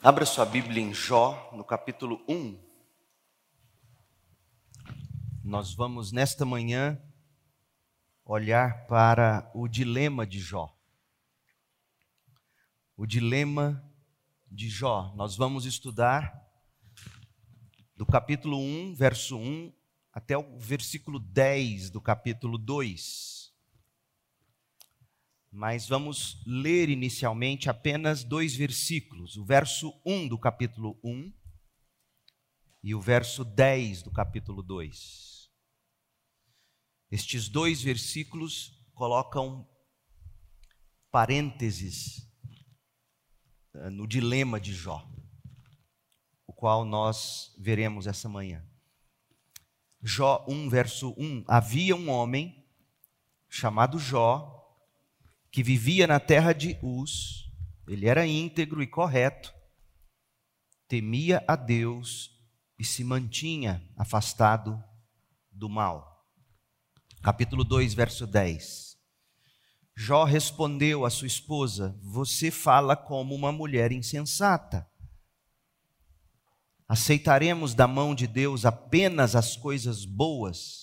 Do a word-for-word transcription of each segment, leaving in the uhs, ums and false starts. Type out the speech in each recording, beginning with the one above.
Abra sua Bíblia em Jó, no capítulo um. Nós vamos, nesta manhã, olhar para o dilema de Jó. O dilema de Jó. Nós vamos estudar do capítulo um, verso um, até o versículo dez do capítulo dois. Mas vamos ler inicialmente apenas dois versículos, o verso um do capítulo um e o verso dez do capítulo dois. Estes dois versículos colocam parênteses no dilema de Jó, o qual nós veremos essa manhã. Jó um, verso um. Havia um homem chamado Jó, que vivia na terra de Uz. Ele era íntegro e correto, temia a Deus e se mantinha afastado do mal. Capítulo dois, verso dez. Jó respondeu à sua esposa: você fala como uma mulher insensata. Aceitaremos da mão de Deus apenas as coisas boas?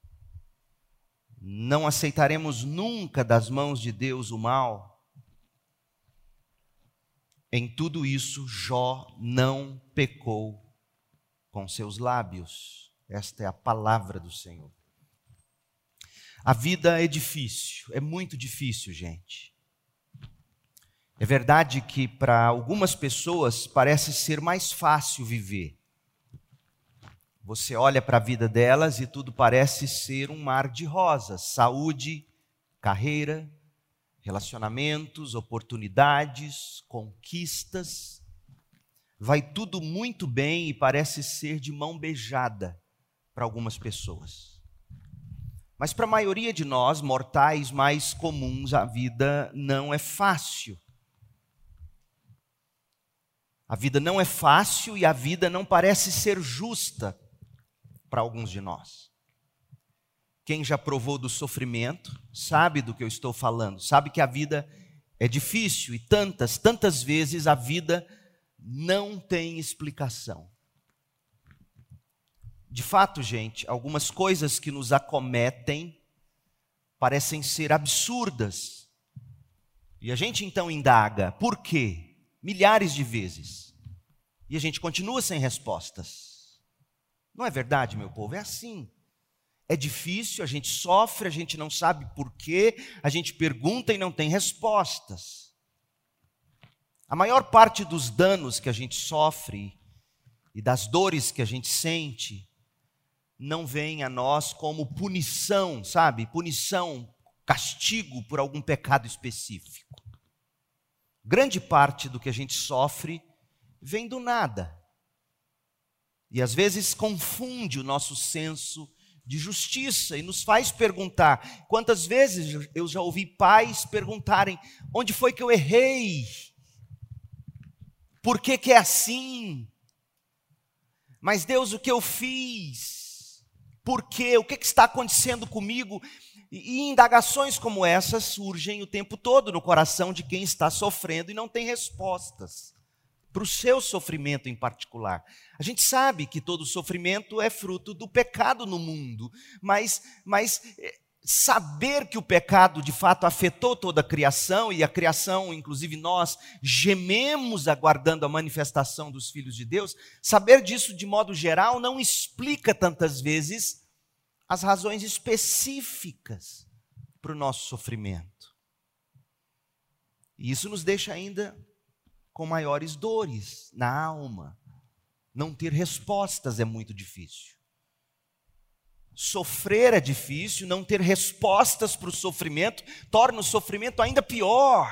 Não aceitaremos nunca das mãos de Deus o mal? Em tudo isso, Jó não pecou com seus lábios. Esta é a palavra do Senhor. A vida é difícil, é muito difícil, gente. É verdade que para algumas pessoas parece ser mais fácil viver. Você olha para a vida delas e tudo parece ser um mar de rosas. Saúde, carreira, relacionamentos, oportunidades, conquistas. Vai tudo muito bem e parece ser de mão beijada para algumas pessoas. Mas para a maioria de nós, mortais mais comuns, a vida não é fácil. A vida não é fácil e a vida não parece ser justa para alguns de nós. Quem já provou do sofrimento sabe do que eu estou falando, sabe que a vida é difícil e tantas, tantas vezes a vida não tem explicação. De fato, gente, algumas coisas que nos acometem parecem ser absurdas. E a gente então indaga, por quê? Milhares de vezes. E a gente continua sem respostas. Não é verdade, meu povo? É assim. É difícil, a gente sofre, a gente não sabe por quê, a gente pergunta e não tem respostas. A maior parte dos danos que a gente sofre e das dores que a gente sente não vem a nós como punição, sabe? Punição, castigo por algum pecado específico. Grande parte do que a gente sofre vem do nada. E às vezes confunde o nosso senso de justiça e nos faz perguntar. Quantas vezes eu já ouvi pais perguntarem: onde foi que eu errei? Por que que é assim? Mas Deus, o que eu fiz? Por quê? O que que está acontecendo comigo? E, e indagações como essas surgem o tempo todo no coração de quem está sofrendo e não tem respostas para o seu sofrimento em particular. A gente sabe que todo sofrimento é fruto do pecado no mundo, mas, mas saber que o pecado de fato afetou toda a criação, e a criação, inclusive nós, gememos aguardando a manifestação dos filhos de Deus, saber disso de modo geral não explica tantas vezes as razões específicas para o nosso sofrimento. E isso nos deixa ainda com maiores dores na alma. Não ter respostas é muito difícil. Sofrer é difícil, não ter respostas para o sofrimento torna o sofrimento ainda pior.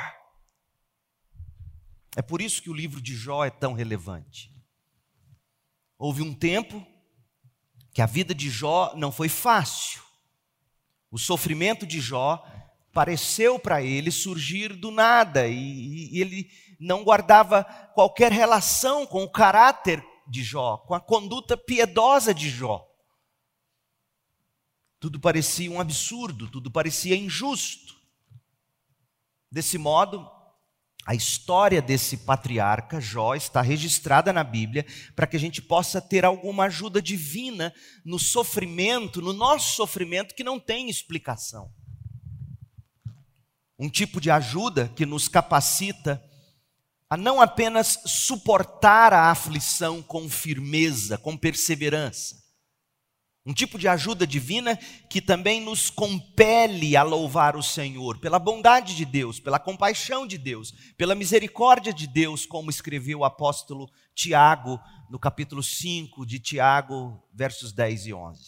É por isso que o livro de Jó é tão relevante. Houve um tempo que a vida de Jó não foi fácil. O sofrimento de Jó pareceu para ele surgir do nada, e, e ele não guardava qualquer relação com o caráter de Jó, com a conduta piedosa de Jó. Tudo parecia um absurdo, tudo parecia injusto. Desse modo, A história desse patriarca, Jó, está registrada na Bíblia para que a gente possa ter alguma ajuda divina no sofrimento, no nosso sofrimento que não tem explicação. Um tipo de ajuda que nos capacita a não apenas suportar a aflição com firmeza, com perseverança. Um tipo de ajuda divina que também nos compele a louvar o Senhor pela bondade de Deus, pela compaixão de Deus, pela misericórdia de Deus, como escreveu o apóstolo Tiago no capítulo cinco de Tiago, versos dez e onze.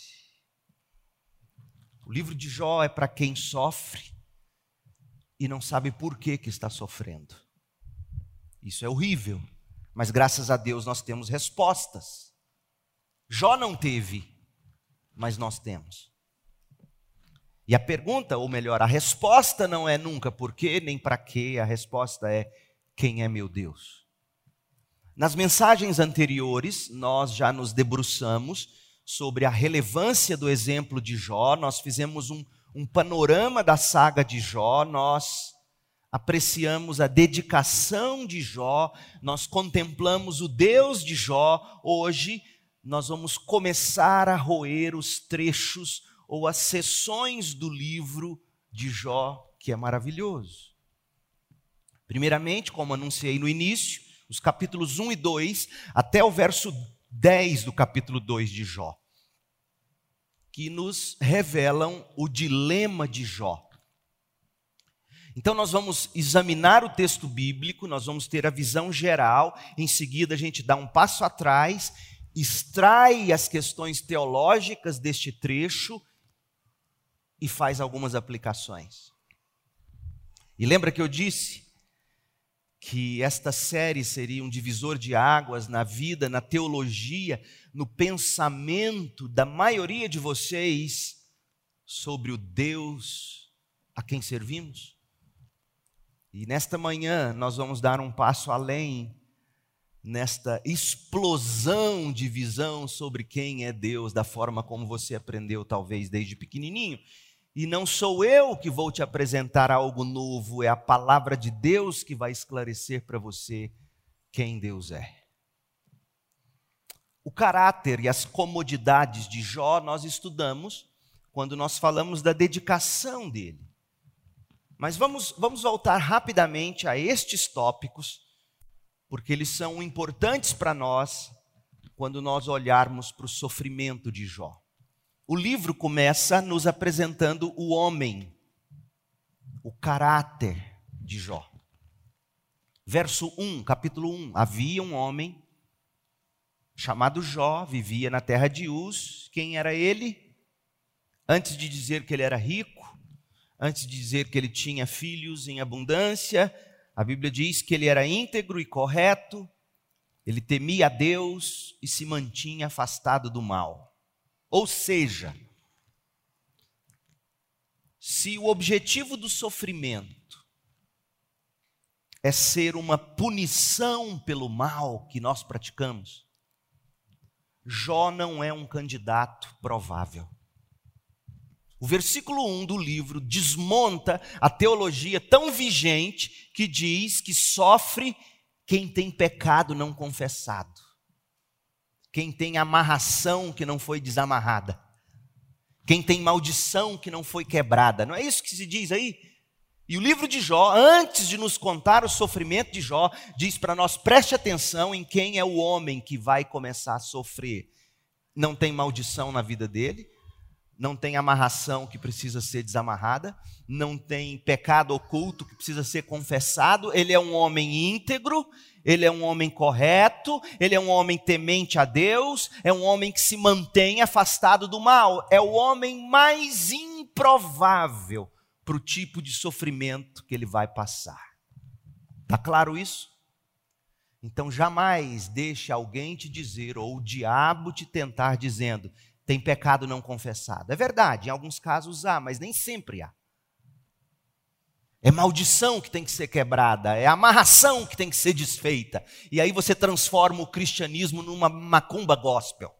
O livro de Jó é para quem sofre e não sabe por que que está sofrendo. Isso é horrível, mas graças a Deus nós temos respostas. Jó não teve, mas nós temos. E a pergunta, ou melhor, a resposta não é nunca por quê, nem para quê, a resposta é quem é meu Deus. Nas mensagens anteriores, nós já nos debruçamos sobre a relevância do exemplo de Jó, nós fizemos um, um panorama da saga de Jó, nós apreciamos a dedicação de Jó, nós contemplamos o Deus de Jó. Hoje nós vamos começar a roer os trechos ou as seções do livro de Jó, que é maravilhoso. Primeiramente, como anunciei no início, os capítulos um e dois, até o verso dez do capítulo dois de Jó, que nos revelam o dilema de Jó. Então nós vamos examinar o texto bíblico, nós vamos ter a visão geral, em seguida a gente dá um passo atrás, extrai as questões teológicas deste trecho e faz algumas aplicações. E lembra que eu disse que esta série seria um divisor de águas na vida, na teologia, no pensamento da maioria de vocês sobre o Deus a quem servimos? E nesta manhã nós vamos dar um passo além nesta explosão de visão sobre quem é Deus, da forma como você aprendeu talvez desde pequenininho. E não sou eu que vou te apresentar algo novo, é a palavra de Deus que vai esclarecer para você quem Deus é. O caráter e as comodidades de Jó nós estudamos quando nós falamos da dedicação dele. Mas vamos, vamos voltar rapidamente a estes tópicos, porque eles são importantes para nós quando nós olharmos para o sofrimento de Jó. O livro começa nos apresentando o homem, o caráter de Jó. Verso um, capítulo um. Havia um homem chamado Jó, vivia na terra de Uz. Quem era ele? Antes de dizer que ele era rico, antes de dizer que ele tinha filhos em abundância, a Bíblia diz que ele era íntegro e correto, ele temia a Deus e se mantinha afastado do mal. Ou seja, se o objetivo do sofrimento é ser uma punição pelo mal que nós praticamos, Jó não é um candidato provável. O versículo um do livro desmonta a teologia tão vigente que diz que sofre quem tem pecado não confessado, quem tem amarração que não foi desamarrada, quem tem maldição que não foi quebrada. Não é isso que se diz aí? E o livro de Jó, antes de nos contar o sofrimento de Jó, diz para nós: preste atenção em quem é o homem que vai começar a sofrer. Não tem maldição na vida dele, não tem amarração que precisa ser desamarrada, não tem pecado oculto que precisa ser confessado. Ele é um homem íntegro, ele é um homem correto, ele é um homem temente a Deus, é um homem que se mantém afastado do mal. É o homem mais improvável para o tipo de sofrimento que ele vai passar. Está claro isso? Então jamais deixe alguém te dizer, ou o diabo te tentar dizendo: tem pecado não confessado. É verdade, em alguns casos há, mas nem sempre há. É maldição que tem que ser quebrada, é amarração que tem que ser desfeita. E aí você transforma o cristianismo numa macumba gospel.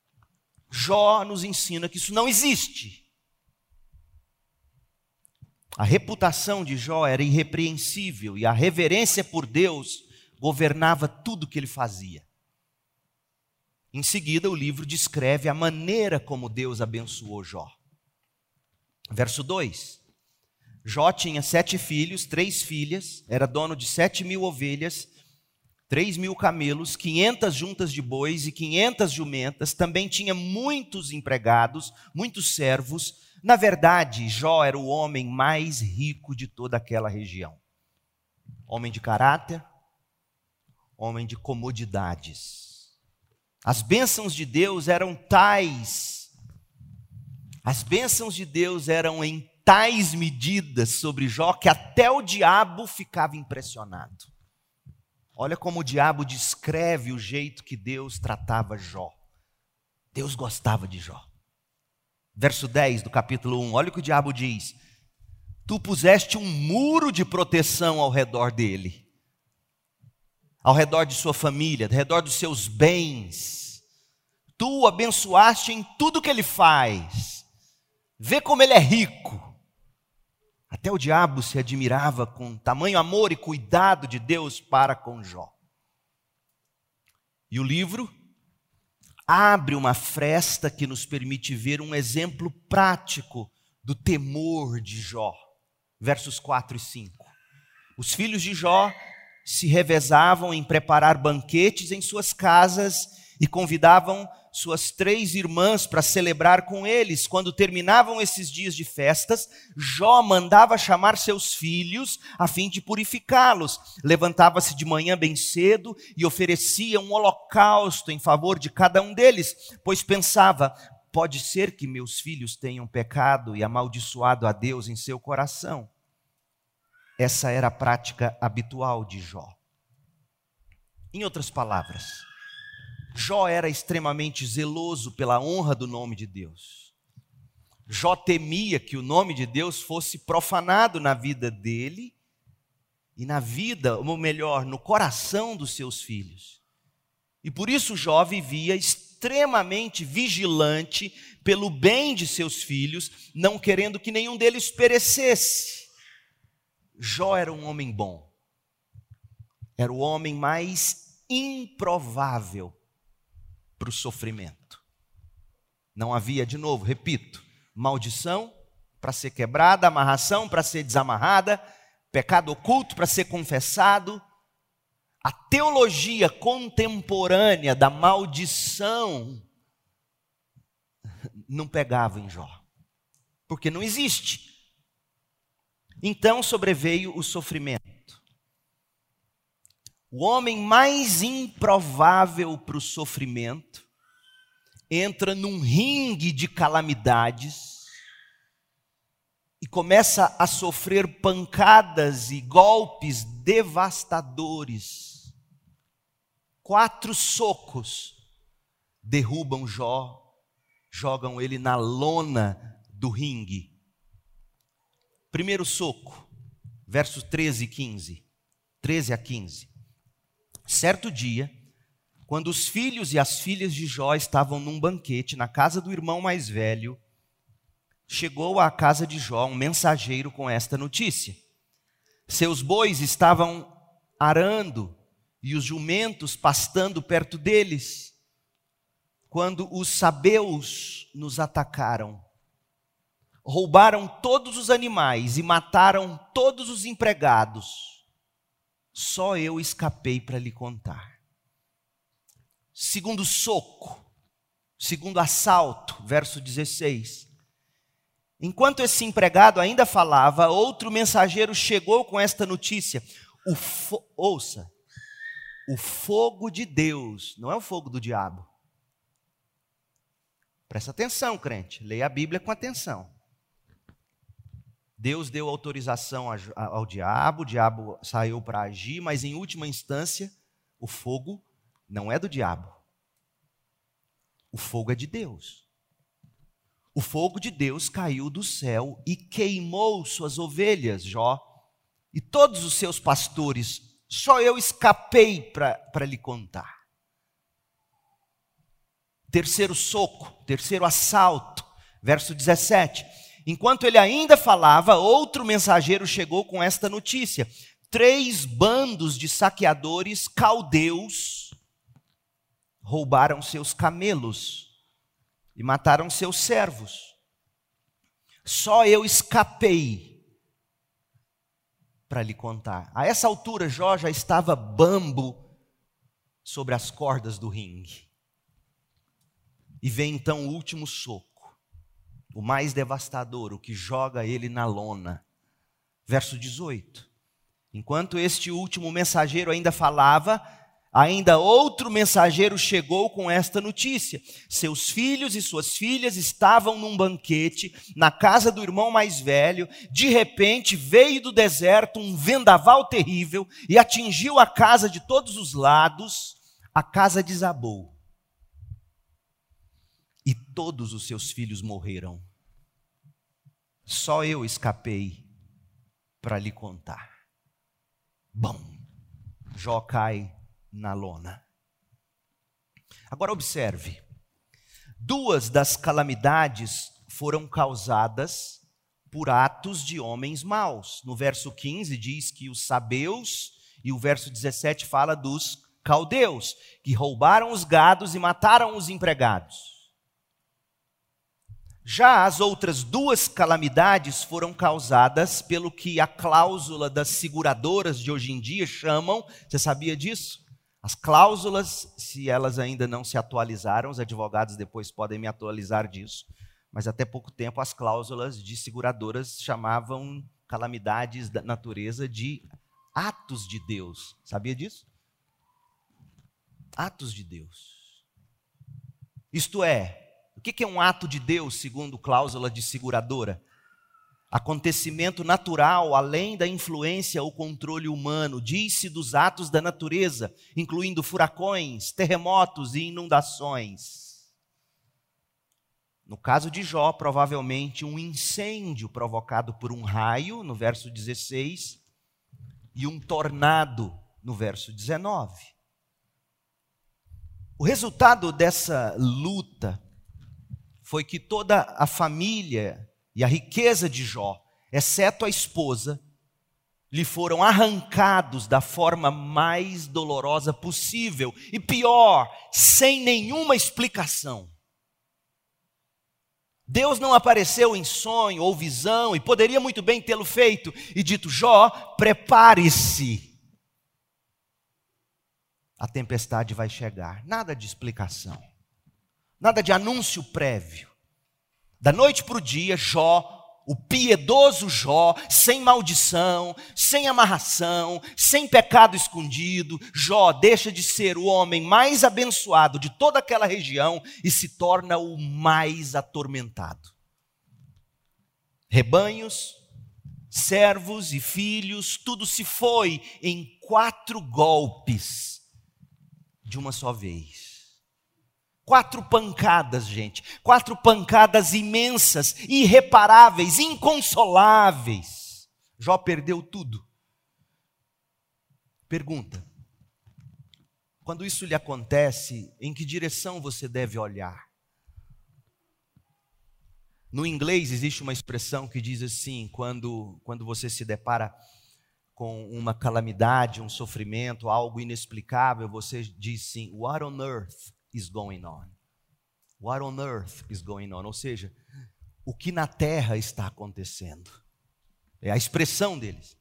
Jó nos ensina que isso não existe. A reputação de Jó era irrepreensível e a reverência por Deus governava tudo que ele fazia. Em seguida, o livro descreve a maneira como Deus abençoou Jó. Verso dois. Jó tinha sete filhos, três filhas, era dono de sete mil ovelhas, três mil camelos, quinhentas juntas de bois e quinhentas jumentas. Também tinha muitos empregados, muitos servos. Na verdade, Jó era o homem mais rico de toda aquela região. Homem de caráter, homem de comodidades. As bênçãos de Deus eram tais, as bênçãos de Deus eram em tais medidas sobre Jó que até o diabo ficava impressionado. Olha como o diabo descreve o jeito que Deus tratava Jó. Deus gostava de Jó. Verso dez do capítulo um, olha o que o diabo diz. Tu puseste um muro de proteção ao redor dele, ao redor de sua família, ao redor dos seus bens. Tu o abençoaste em tudo que ele faz. Vê como ele é rico. Até o diabo se admirava com tamanho amor e cuidado de Deus para com Jó. E o livro abre uma fresta que nos permite ver um exemplo prático do temor de Jó. Versos quatro e cinco. Os filhos de Jó se revezavam em preparar banquetes em suas casas e convidavam suas três irmãs para celebrar com eles. Quando terminavam esses dias de festas, Jó mandava chamar seus filhos a fim de purificá-los. Levantava-se de manhã bem cedo e oferecia um holocausto em favor de cada um deles, pois pensava, pode ser que meus filhos tenham pecado e amaldiçoado a Deus em seu coração. Essa era a prática habitual de Jó. Em outras palavras, Jó era extremamente zeloso pela honra do nome de Deus. Jó temia que o nome de Deus fosse profanado na vida dele e na vida, ou melhor, no coração dos seus filhos. E por isso Jó vivia extremamente vigilante pelo bem de seus filhos, não querendo que nenhum deles perecesse. Jó era um homem bom. Era o homem mais improvável para o sofrimento. Não havia, de novo, repito, maldição para ser quebrada, amarração para ser desamarrada, pecado oculto para ser confessado. A teologia contemporânea da maldição não pegava em Jó, porque não existe. Então sobreveio o sofrimento. O homem mais improvável para o sofrimento entra num ringue de calamidades e começa a sofrer pancadas e golpes devastadores. Quatro socos derrubam Jó, jogam ele na lona do ringue. Primeiro soco, versos treze e quinze. treze a quinze. Certo dia, quando os filhos e as filhas de Jó estavam num banquete na casa do irmão mais velho, chegou à casa de Jó um mensageiro com esta notícia. Seus bois estavam arando e os jumentos pastando perto deles, quando os sabeus nos atacaram. Roubaram todos os animais e mataram todos os empregados. Só eu escapei para lhe contar. Segundo soco, segundo assalto, verso dezesseis. Enquanto esse empregado ainda falava, outro mensageiro chegou com esta notícia. O fo... Ouça, o fogo de Deus, não é o fogo do diabo. Presta atenção, crente, leia a Bíblia com atenção. Deus deu autorização ao diabo, o diabo saiu para agir, mas em última instância, o fogo não é do diabo. O fogo é de Deus. O fogo de Deus caiu do céu e queimou suas ovelhas, Jó, e todos os seus pastores. Só eu escapei para lhe contar. Terceiro soco, terceiro assalto, verso dezessete. Enquanto ele ainda falava, outro mensageiro chegou com esta notícia: três bandos de saqueadores caldeus roubaram seus camelos e mataram seus servos. Só eu escapei para lhe contar. A essa altura, Jó já estava bambo sobre as cordas do ringue. E vem então o último soco, o mais devastador, o que joga ele na lona. Verso dezoito. Enquanto este último mensageiro ainda falava, ainda outro mensageiro chegou com esta notícia: seus filhos e suas filhas estavam num banquete na casa do irmão mais velho. De repente veio do deserto um vendaval terrível e atingiu a casa de todos os lados. A casa desabou e todos os seus filhos morreram. Só eu escapei para lhe contar. Bom, Jó cai na lona. Agora observe, duas das calamidades foram causadas por atos de homens maus. No verso quinze diz que os sabeus, e o verso dezessete fala dos caldeus, que roubaram os gados e mataram os empregados. Já as outras duas calamidades foram causadas pelo que a cláusula das seguradoras de hoje em dia chamam, você sabia disso? As cláusulas, se elas ainda não se atualizaram, os advogados depois podem me atualizar disso, mas até pouco tempo as cláusulas de seguradoras chamavam calamidades da natureza de atos de Deus. Sabia disso? Atos de Deus. Isto é, o que é um ato de Deus, segundo cláusula de seguradora? Acontecimento natural, além da influência ou controle humano. Diz-se dos atos da natureza, incluindo furacões, terremotos e inundações. No caso de Jó, provavelmente um incêndio provocado por um raio, no verso dezesseis, e um tornado, no verso dezenove. O resultado dessa luta foi que toda a família e a riqueza de Jó, exceto a esposa, lhe foram arrancados da forma mais dolorosa possível. E pior, sem nenhuma explicação. Deus não apareceu em sonho ou visão, e poderia muito bem tê-lo feito, e dito: Jó, prepare-se. A tempestade vai chegar. Nada de explicação. Nada de anúncio prévio. Da noite para o dia, Jó, o piedoso Jó, sem maldição, sem amarração, sem pecado escondido, Jó deixa de ser o homem mais abençoado de toda aquela região e se torna o mais atormentado. Rebanhos, servos e filhos, tudo se foi em quatro golpes de uma só vez. Quatro pancadas, gente. Quatro pancadas imensas, irreparáveis, inconsoláveis. Jó perdeu tudo. Pergunta: quando isso lhe acontece, em que direção você deve olhar? No inglês existe uma expressão que diz assim, quando, quando você se depara com uma calamidade, um sofrimento, algo inexplicável, você diz assim: what on earth is going on? What on earth is going on? Ou seja, o que na terra está acontecendo? É a expressão deles.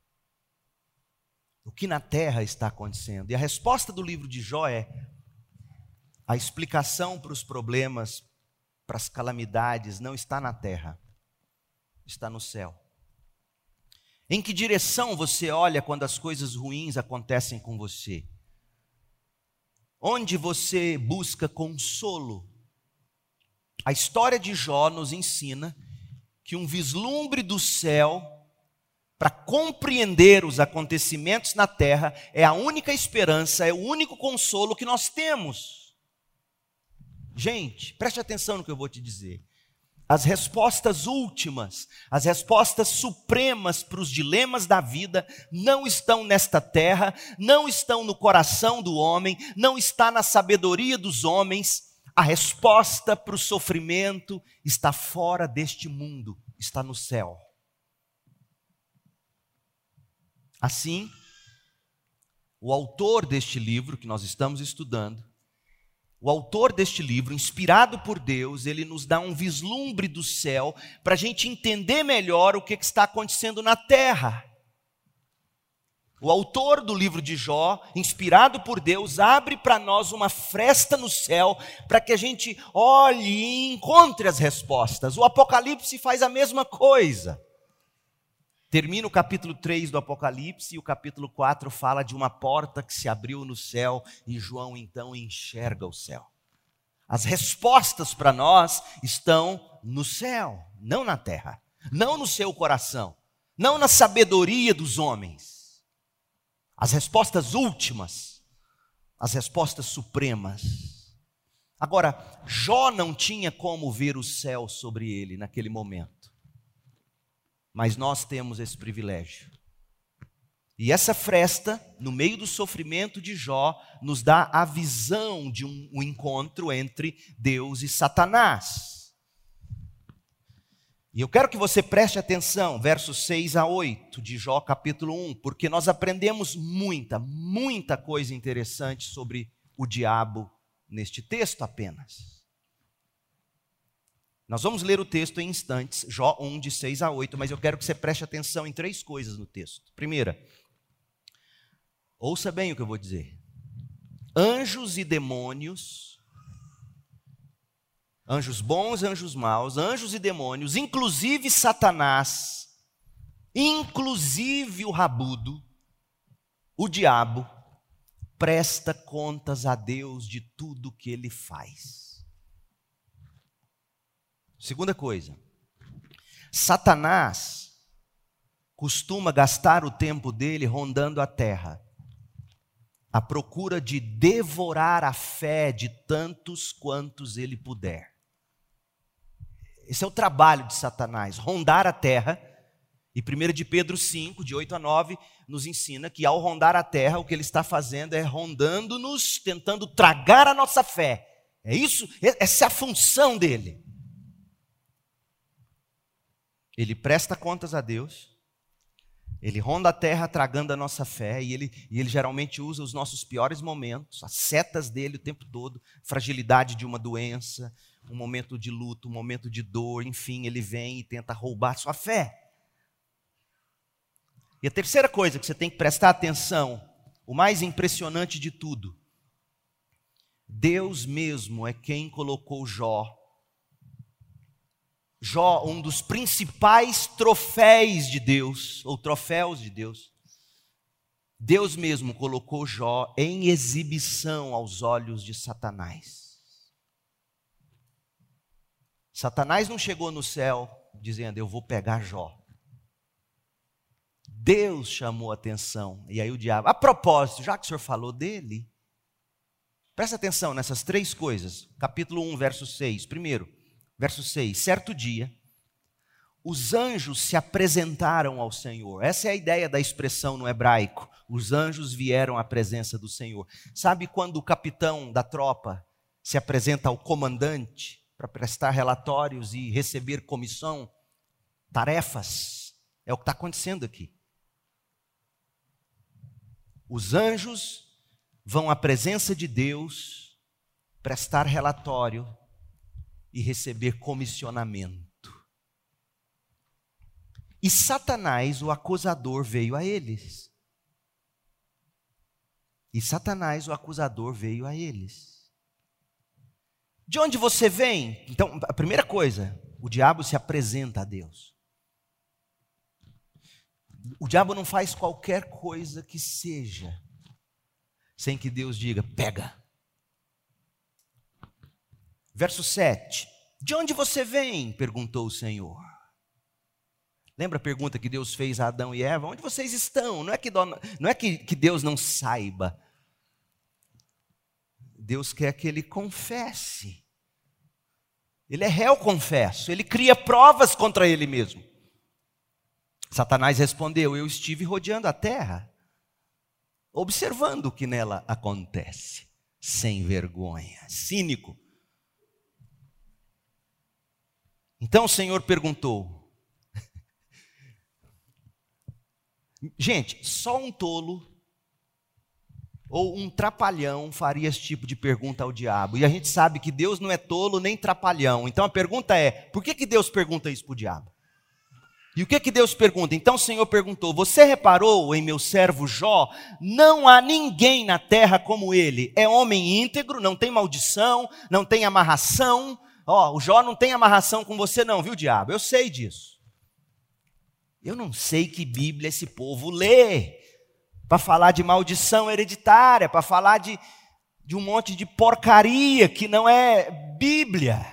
O que na terra está acontecendo? E a resposta do livro de Jó é: a explicação para os problemas, para as calamidades, não está na terra, está no céu. Em que direção você olha quando as coisas ruins acontecem com você? Onde você busca consolo? A história de Jó nos ensina que um vislumbre do céu, para compreender os acontecimentos na terra, é a única esperança, é o único consolo que nós temos. Gente, preste atenção no que eu vou te dizer. As respostas últimas, as respostas supremas para os dilemas da vida não estão nesta terra, não estão no coração do homem, não está na sabedoria dos homens. A resposta para o sofrimento está fora deste mundo. está no céu. Assim, o autor deste livro que nós estamos estudando, o autor deste livro, inspirado por Deus, ele nos dá um vislumbre do céu para a gente entender melhor o que está acontecendo na terra. O autor do livro de Jó, inspirado por Deus, abre para nós uma fresta no céu para que a gente olhe e encontre as respostas. O Apocalipse faz a mesma coisa. Termina o capítulo três do Apocalipse e o capítulo quatro fala de uma porta que se abriu no céu e João então enxerga o céu. As respostas para nós estão no céu, não na terra, não no seu coração, não na sabedoria dos homens. As respostas últimas, as respostas supremas. Agora, Jó não tinha como ver o céu sobre ele naquele momento. Mas nós temos esse privilégio. E essa fresta, no meio do sofrimento de Jó, nos dá a visão de um, um encontro entre Deus e Satanás. E eu quero que você preste atenção, versos seis a oito de Jó capítulo um, porque nós aprendemos muita, muita coisa interessante sobre o diabo neste texto apenas. Nós vamos ler o texto em instantes, Jó um, de seis a oito, mas eu quero que você preste atenção em três coisas no texto. Primeira, ouça bem o que eu vou dizer. Anjos e demônios, anjos bons, anjos maus, anjos e demônios, inclusive Satanás, inclusive o rabudo, o diabo, presta contas a Deus de tudo que ele faz. Segunda coisa, Satanás costuma gastar o tempo dele rondando a terra, à procura de devorar a fé de tantos quantos ele puder. Esse é o trabalho de Satanás, rondar a terra. E primeira de Pedro cinco, de oito a nove, nos ensina que ao rondar a terra, o que ele está fazendo é rondando-nos, tentando tragar a nossa fé. É isso, essa é a função dele. Ele presta contas a Deus, ele ronda a terra tragando a nossa fé, e ele, e ele geralmente usa os nossos piores momentos, as setas dele o tempo todo, fragilidade de uma doença, um momento de luto, um momento de dor, enfim, ele vem e tenta roubar a sua fé. E a terceira coisa que você tem que prestar atenção, o mais impressionante de tudo, Deus mesmo é quem colocou Jó, Jó, um dos principais troféus de Deus, ou troféus de Deus, Deus mesmo colocou Jó em exibição aos olhos de Satanás. Satanás não chegou no céu dizendo, eu vou pegar Jó. Deus chamou a atenção, e aí o diabo, a propósito, já que o senhor falou dele, presta atenção nessas três coisas, capítulo um, verso seis, primeiro, verso seis, certo dia, os anjos se apresentaram ao Senhor. Essa é a ideia da expressão no hebraico. Os anjos vieram à presença do Senhor. Sabe quando o capitão da tropa se apresenta ao comandante para prestar relatórios e receber comissão, tarefas? É o que está acontecendo aqui. Os anjos vão à presença de Deus prestar relatório e receber comissionamento. E Satanás, o acusador, veio a eles. E Satanás, o acusador, veio a eles. De onde você vem? Então, a primeira coisa, o diabo se apresenta a Deus. O diabo não faz qualquer coisa que seja sem que Deus diga, pega. Verso sete, de onde você vem? Perguntou o Senhor. Lembra a pergunta que Deus fez a Adão e Eva? Onde vocês estão? Não é que, não é que, que Deus não saiba. Deus quer que ele confesse. Ele é réu confesso, ele cria provas contra ele mesmo. Satanás respondeu, eu estive rodeando a terra, observando o que nela acontece. Sem vergonha, cínico. Então o Senhor perguntou, Gente, só um tolo ou um trapalhão faria esse tipo de pergunta ao diabo. E a gente sabe que Deus não é tolo nem trapalhão. Então a pergunta é, por que, que Deus pergunta isso para o diabo? E o que, que Deus pergunta? Então o Senhor perguntou, você reparou em meu servo Jó? Não há ninguém na terra como ele. É homem íntegro, não tem maldição, não tem amarração. Ó, o Jó não tem amarração com você não, viu, diabo? Eu sei disso. Eu não sei que Bíblia esse povo lê para falar de maldição hereditária, para falar de, de um monte de porcaria que não é Bíblia.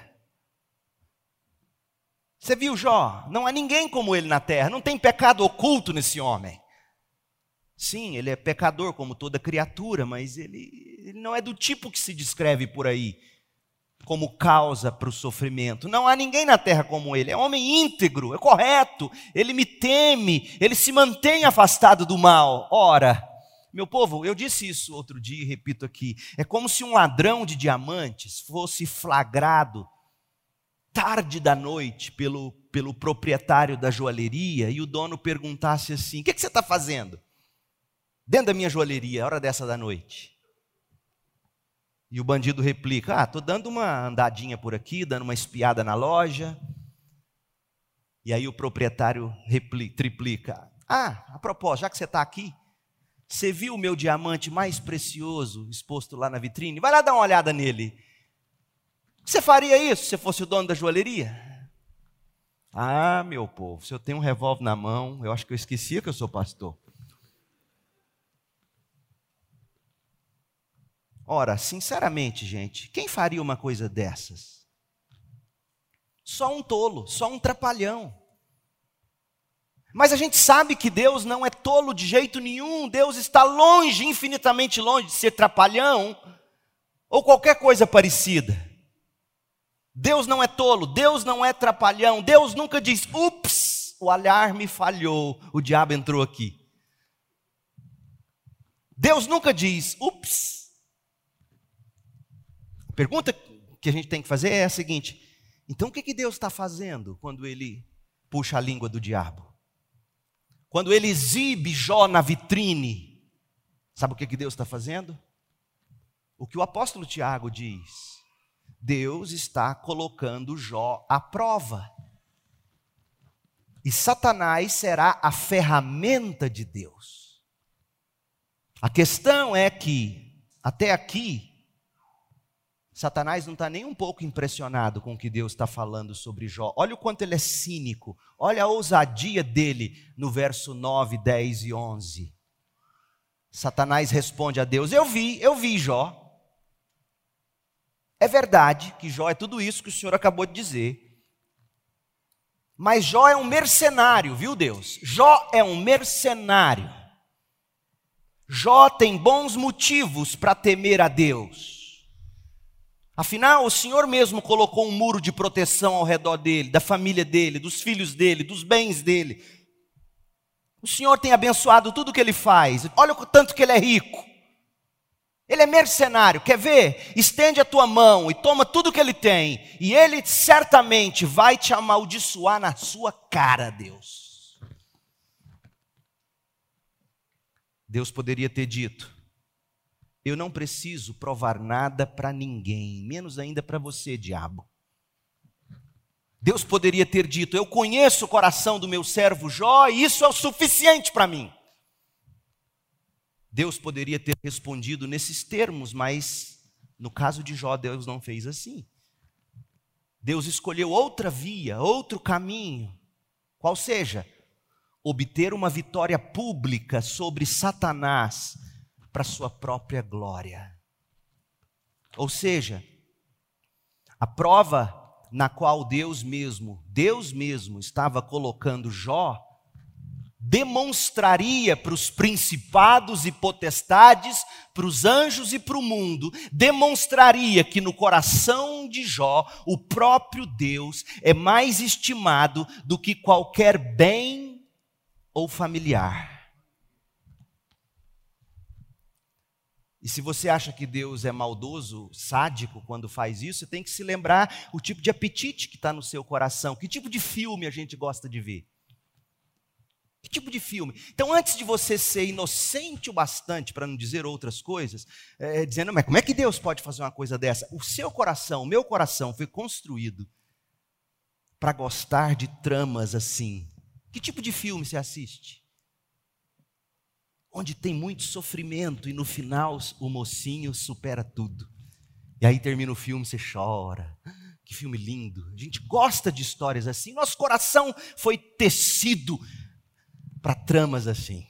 Você viu Jó? Não há ninguém como ele na terra, não tem pecado oculto nesse homem. Sim, ele é pecador como toda criatura, mas ele, ele não é do tipo que se descreve por aí como causa para o sofrimento. Não há ninguém na terra como ele, é homem íntegro, é correto, ele me teme, ele se mantém afastado do mal. Ora, meu povo, eu disse isso outro dia e repito aqui, é como se um ladrão de diamantes fosse flagrado tarde da noite pelo, pelo proprietário da joalheria e o dono perguntasse assim, o que, que você está fazendo? Dentro da minha joalheria, hora dessa da noite. E o bandido replica, ah, estou dando uma andadinha por aqui, dando uma espiada na loja. E aí o proprietário replica, triplica, ah, a propósito, já que você está aqui, você viu o meu diamante mais precioso exposto lá na vitrine? Vai lá dar uma olhada nele. Você faria isso se você fosse o dono da joalheria? Ah, meu povo, se eu tenho um revólver na mão, eu acho que eu esquecia que eu sou pastor. Ora, sinceramente, gente, quem faria uma coisa dessas? Só um tolo, só um trapalhão. Mas a gente sabe que Deus não é tolo de jeito nenhum. Deus está longe, infinitamente longe de ser trapalhão ou qualquer coisa parecida. Deus não é tolo, Deus não é trapalhão. Deus nunca diz, ups, o alarme falhou, o diabo entrou aqui. Deus nunca diz, ups. A pergunta que a gente tem que fazer é a seguinte, então o que, que Deus está fazendo quando ele puxa a língua do diabo? Quando ele exibe Jó na vitrine, sabe o que, que Deus está fazendo? O que o apóstolo Tiago diz, Deus está colocando Jó à prova. E Satanás será a ferramenta de Deus. A questão é que, até aqui, Satanás não está nem um pouco impressionado com o que Deus está falando sobre Jó. Olha o quanto ele é cínico. Olha a ousadia dele no verso nove, dez e onze. Satanás responde a Deus, eu vi, eu vi Jó. É verdade que Jó é tudo isso que o Senhor acabou de dizer. Mas Jó é um mercenário, viu Deus? Jó é um mercenário. Jó tem bons motivos para temer a Deus. Afinal, o Senhor mesmo colocou um muro de proteção ao redor dele, da família dele, dos filhos dele, dos bens dele. O Senhor tem abençoado tudo que ele faz. Olha o tanto que ele é rico. Ele é mercenário, quer ver? Estende a tua mão e toma tudo que ele tem. E ele certamente vai te amaldiçoar na sua cara, Deus. Deus poderia ter dito, eu não preciso provar nada para ninguém, menos ainda para você, diabo. Deus poderia ter dito, eu conheço o coração do meu servo Jó e isso é o suficiente para mim. Deus poderia ter respondido nesses termos, mas no caso de Jó, Deus não fez assim. Deus escolheu outra via, outro caminho, qual seja, obter uma vitória pública sobre Satanás, para sua própria glória. Ou seja, a prova na qual Deus mesmo, Deus mesmo estava colocando Jó, demonstraria para os principados e potestades, para os anjos e para o mundo, demonstraria que no coração de Jó, o próprio Deus é mais estimado do que qualquer bem ou familiar. E se você acha que Deus é maldoso, sádico quando faz isso, você tem que se lembrar o tipo de apetite que está no seu coração, que tipo de filme a gente gosta de ver. Que tipo de filme? Então, antes de você ser inocente o bastante, para não dizer outras coisas, é, dizendo, mas como é que Deus pode fazer uma coisa dessa? O seu coração, o meu coração foi construído para gostar de tramas assim. Que tipo de filme você assiste? Onde tem muito sofrimento e no final o mocinho supera tudo. E aí termina o filme, você chora. Que filme lindo. A gente gosta de histórias assim. Nosso coração foi tecido para tramas assim.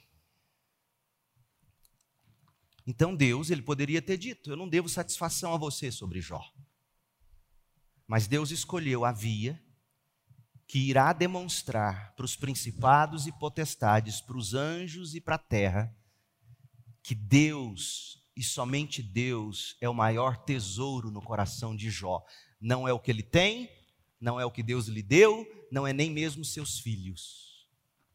Então Deus, ele poderia ter dito, eu não devo satisfação a você sobre Jó. Mas Deus escolheu a via que irá demonstrar para os principados e potestades, para os anjos e para a terra, que Deus, e somente Deus, é o maior tesouro no coração de Jó. Não é o que ele tem, não é o que Deus lhe deu, não é nem mesmo seus filhos.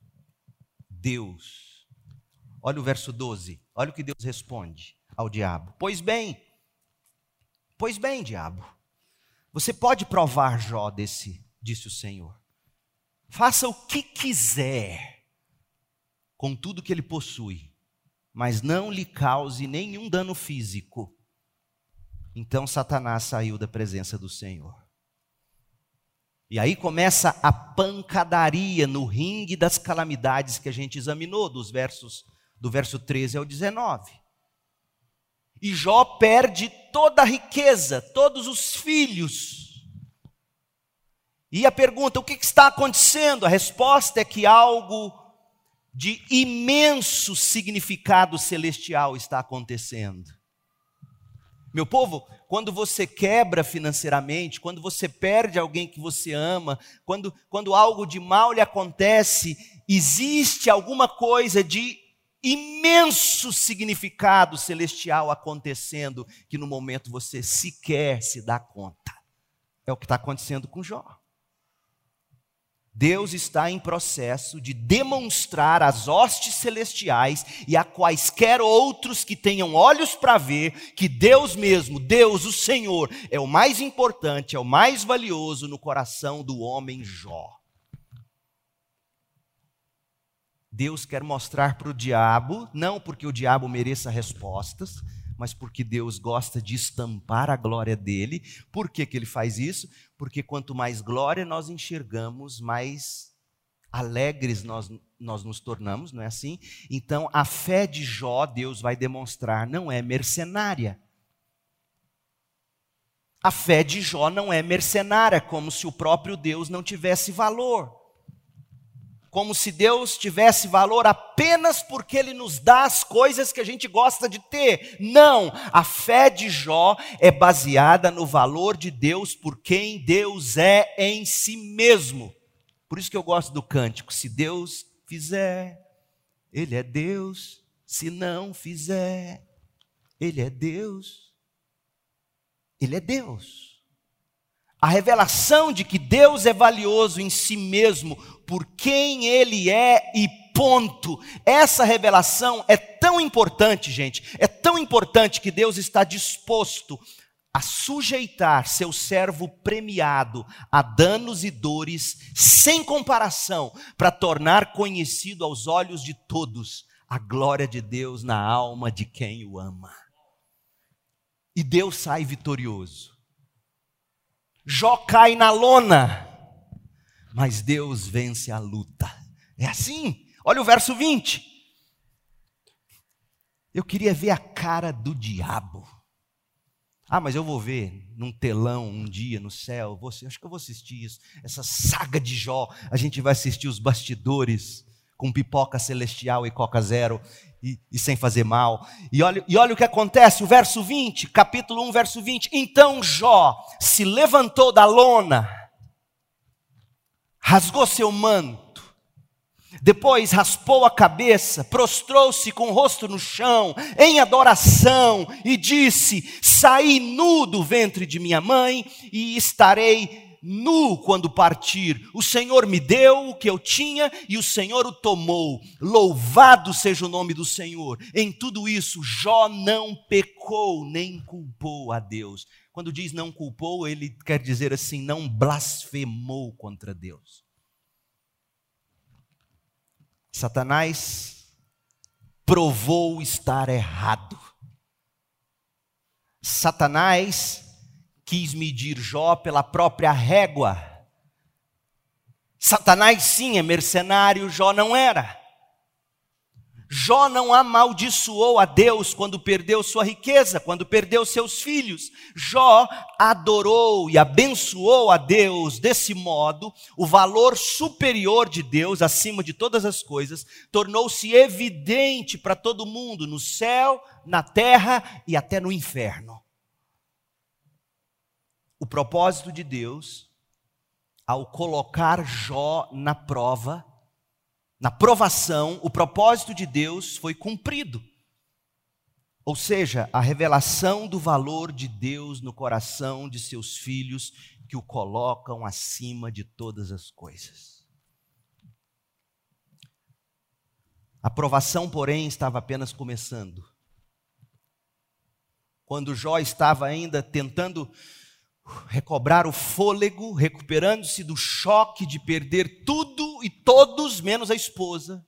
Deus. Olha o verso doze, olha o que Deus responde ao diabo. Pois bem, pois bem, diabo, você pode provar Jó desse, disse o Senhor. Faça o que quiser com tudo que ele possui, mas não lhe cause nenhum dano físico. Então Satanás saiu da presença do Senhor. E aí começa a pancadaria no ringue das calamidades que a gente examinou, dos versos, do verso treze ao dezenove. E Jó perde toda a riqueza, todos os filhos. E a pergunta, o que está acontecendo? A resposta é que algo de imenso significado celestial está acontecendo. Meu povo, quando você quebra financeiramente, quando você perde alguém que você ama, quando, quando algo de mal lhe acontece, existe alguma coisa de imenso significado celestial acontecendo, que no momento você sequer se dá conta. É o que está acontecendo com Jó. Deus está em processo de demonstrar às hostes celestiais e a quaisquer outros que tenham olhos para ver que Deus mesmo, Deus, o Senhor, é o mais importante, é o mais valioso no coração do homem Jó. Deus quer mostrar para o diabo, não porque o diabo mereça respostas, mas porque Deus gosta de estampar a glória dele. Por que que ele faz isso? Porque quanto mais glória nós enxergamos, mais alegres nós, nós nos tornamos, não é assim? Então, a fé de Jó, Deus vai demonstrar, não é mercenária. A fé de Jó não é mercenária, como se o próprio Deus não tivesse valor. Como se Deus tivesse valor apenas porque Ele nos dá as coisas que a gente gosta de ter. Não, a fé de Jó é baseada no valor de Deus por quem Deus é em si mesmo. Por isso que eu gosto do cântico, se Deus fizer, Ele é Deus, se não fizer, Ele é Deus, Ele é Deus. A revelação de que Deus é valioso em si mesmo, por quem Ele é e ponto. Essa revelação é tão importante, gente, é tão importante que Deus está disposto a sujeitar seu servo premiado a danos e dores sem comparação, para tornar conhecido aos olhos de todos a glória de Deus na alma de quem o ama. E Deus sai vitorioso. Jó cai na lona, mas Deus vence a luta. É assim. Olha o verso vinte. Eu queria ver a cara do diabo. Ah, mas eu vou ver num telão um dia no céu. Vou, acho que eu vou assistir isso. Essa saga de Jó. A gente vai assistir os bastidores com pipoca celestial e coca zero e, e sem fazer mal. E olha, e olha o que acontece, o verso vinte, capítulo um, verso vinte. Então Jó se levantou da lona, rasgou seu manto, depois raspou a cabeça, prostrou-se com o rosto no chão, em adoração, e disse: saí nu do ventre de minha mãe e estarei nu quando partir. O Senhor me deu o que eu tinha e o Senhor o tomou. Louvado seja o nome do Senhor. Em tudo isso, Jó não pecou nem culpou a Deus. Quando diz não culpou, ele quer dizer assim, não blasfemou contra Deus. Satanás provou estar errado. Satanás quis medir Jó pela própria régua. Satanás sim é mercenário, Jó não era. Jó não amaldiçoou a Deus quando perdeu sua riqueza, quando perdeu seus filhos. Jó adorou e abençoou a Deus. Desse modo, o valor superior de Deus, acima de todas as coisas, tornou-se evidente para todo mundo, no céu, na terra e até no inferno. O propósito de Deus, ao colocar Jó na prova, na provação, o propósito de Deus foi cumprido. Ou seja, a revelação do valor de Deus no coração de seus filhos, que o colocam acima de todas as coisas. A provação, porém, estava apenas começando. Quando Jó estava ainda tentando recobrar o fôlego, recuperando-se do choque de perder tudo e todos, menos a esposa,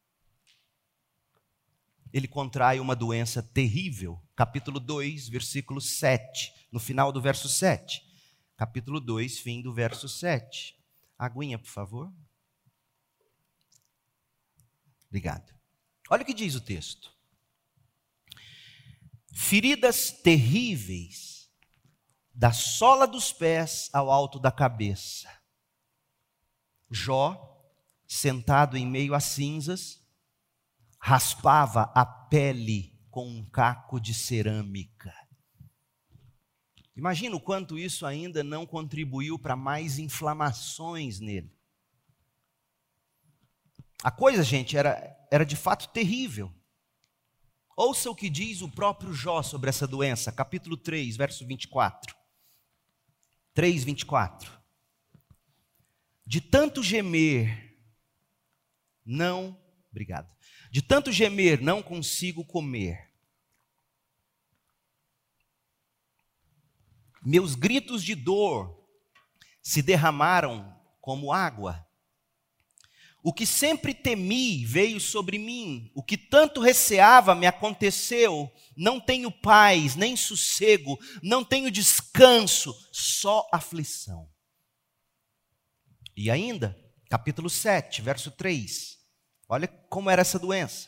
ele contrai uma doença terrível. Capítulo dois, versículo sete, no final do verso sete. Capítulo dois, fim do verso sete. Aguinha, por favor. Obrigado. Olha o que diz o texto. Feridas terríveis, da sola dos pés ao alto da cabeça. Jó, sentado em meio a cinzas, raspava a pele com um caco de cerâmica. Imagina o quanto isso ainda não contribuiu para mais inflamações nele. A coisa, gente, era, era de fato terrível. Ouça o que diz o próprio Jó sobre essa doença, capítulo três, verso vinte e quatro. três, vinte e quatro. De tanto gemer, não, obrigado. De tanto gemer, não consigo comer. Meus gritos de dor se derramaram como água. O que sempre temi veio sobre mim, o que tanto receava me aconteceu. Não tenho paz, nem sossego, não tenho descanso, só aflição. E ainda, capítulo sete, verso três. Olha como era essa doença.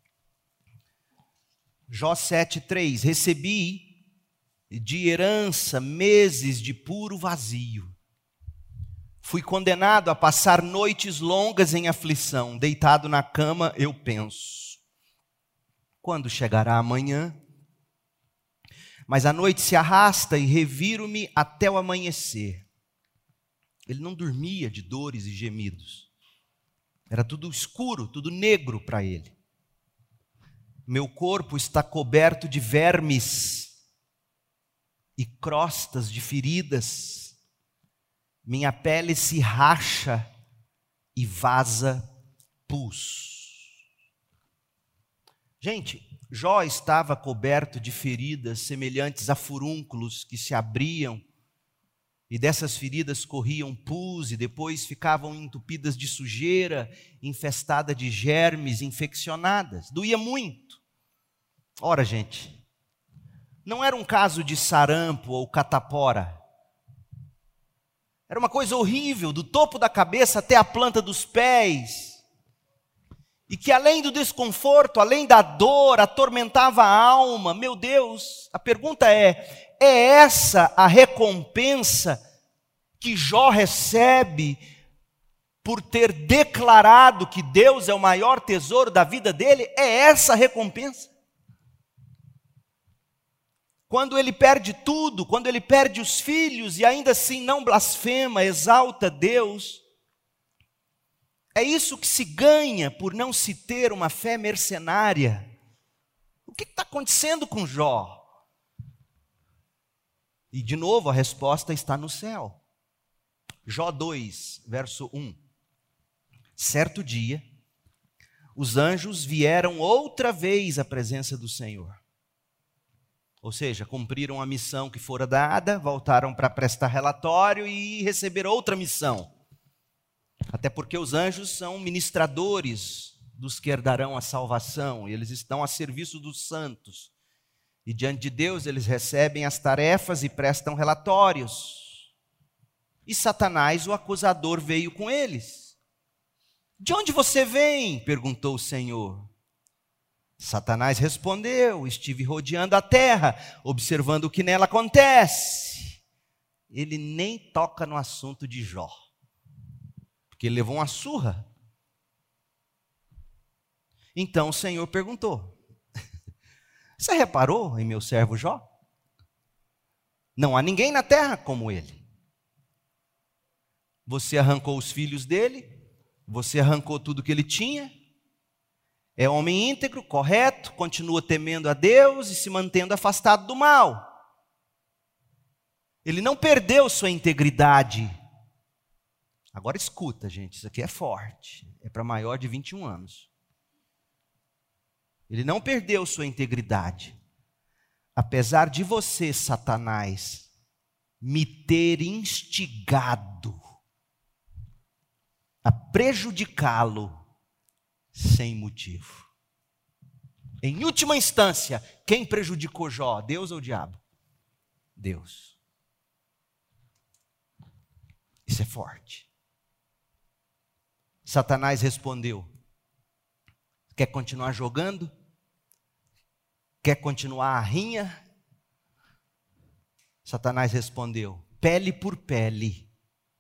Jó sete, três. Recebi de herança meses de puro vazio. Fui condenado a passar noites longas em aflição. Deitado na cama, eu penso: quando chegará amanhã? Mas a noite se arrasta e reviro-me até o amanhecer. Ele não dormia de dores e gemidos. Era tudo escuro, tudo negro para ele. Meu corpo está coberto de vermes e crostas de feridas. Minha pele se racha e vaza pus. Gente, Jó estava coberto de feridas semelhantes a furúnculos que se abriam, e dessas feridas corriam pus e depois ficavam entupidas de sujeira, infestadas de germes, infeccionadas. Doía muito. Ora, gente, não era um caso de sarampo ou catapora. Era uma coisa horrível, do topo da cabeça até a planta dos pés. E que além do desconforto, além da dor, atormentava a alma. Meu Deus, a pergunta é, é essa a recompensa que Jó recebe por ter declarado que Deus é o maior tesouro da vida dele? É essa a recompensa? Quando ele perde tudo, quando ele perde os filhos e ainda assim não blasfema, exalta Deus, é isso que se ganha por não se ter uma fé mercenária. O que está acontecendo com Jó? E de novo a resposta está no céu. Jó dois, verso um. Certo dia, os anjos vieram outra vez à presença do Senhor. Ou seja, cumpriram a missão que fora dada, voltaram para prestar relatório e receberam outra missão. Até porque os anjos são ministradores dos que herdarão a salvação, e eles estão a serviço dos santos. E diante de Deus eles recebem as tarefas e prestam relatórios. E Satanás, o acusador, veio com eles. De onde você vem? Perguntou o Senhor. Satanás respondeu: estive rodeando a terra, observando o que nela acontece. Ele nem toca no assunto de Jó, porque ele levou uma surra. Então o Senhor perguntou: você reparou em meu servo Jó? Não há ninguém na terra como ele. Você arrancou os filhos dele, você arrancou tudo que ele tinha. É homem íntegro, correto, continua temendo a Deus e se mantendo afastado do mal. Ele não perdeu sua integridade. Agora escuta, gente, isso aqui é forte. É para maior de vinte e um anos. Ele não perdeu sua integridade. Apesar de você, Satanás, me ter instigado a prejudicá-lo sem motivo. Em última instância, quem prejudicou Jó? Deus ou o diabo? Deus. Isso é forte. Satanás respondeu: quer continuar jogando? Quer continuar a rinha? Satanás respondeu: pele por pele.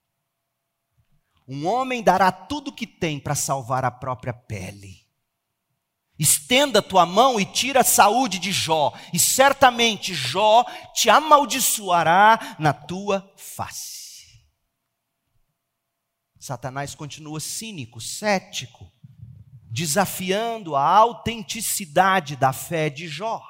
Um homem dará tudo o que tem para salvar a própria pele. Estenda tua mão e tira a saúde de Jó, e certamente Jó te amaldiçoará na tua face. Satanás continua cínico, cético, desafiando a autenticidade da fé de Jó.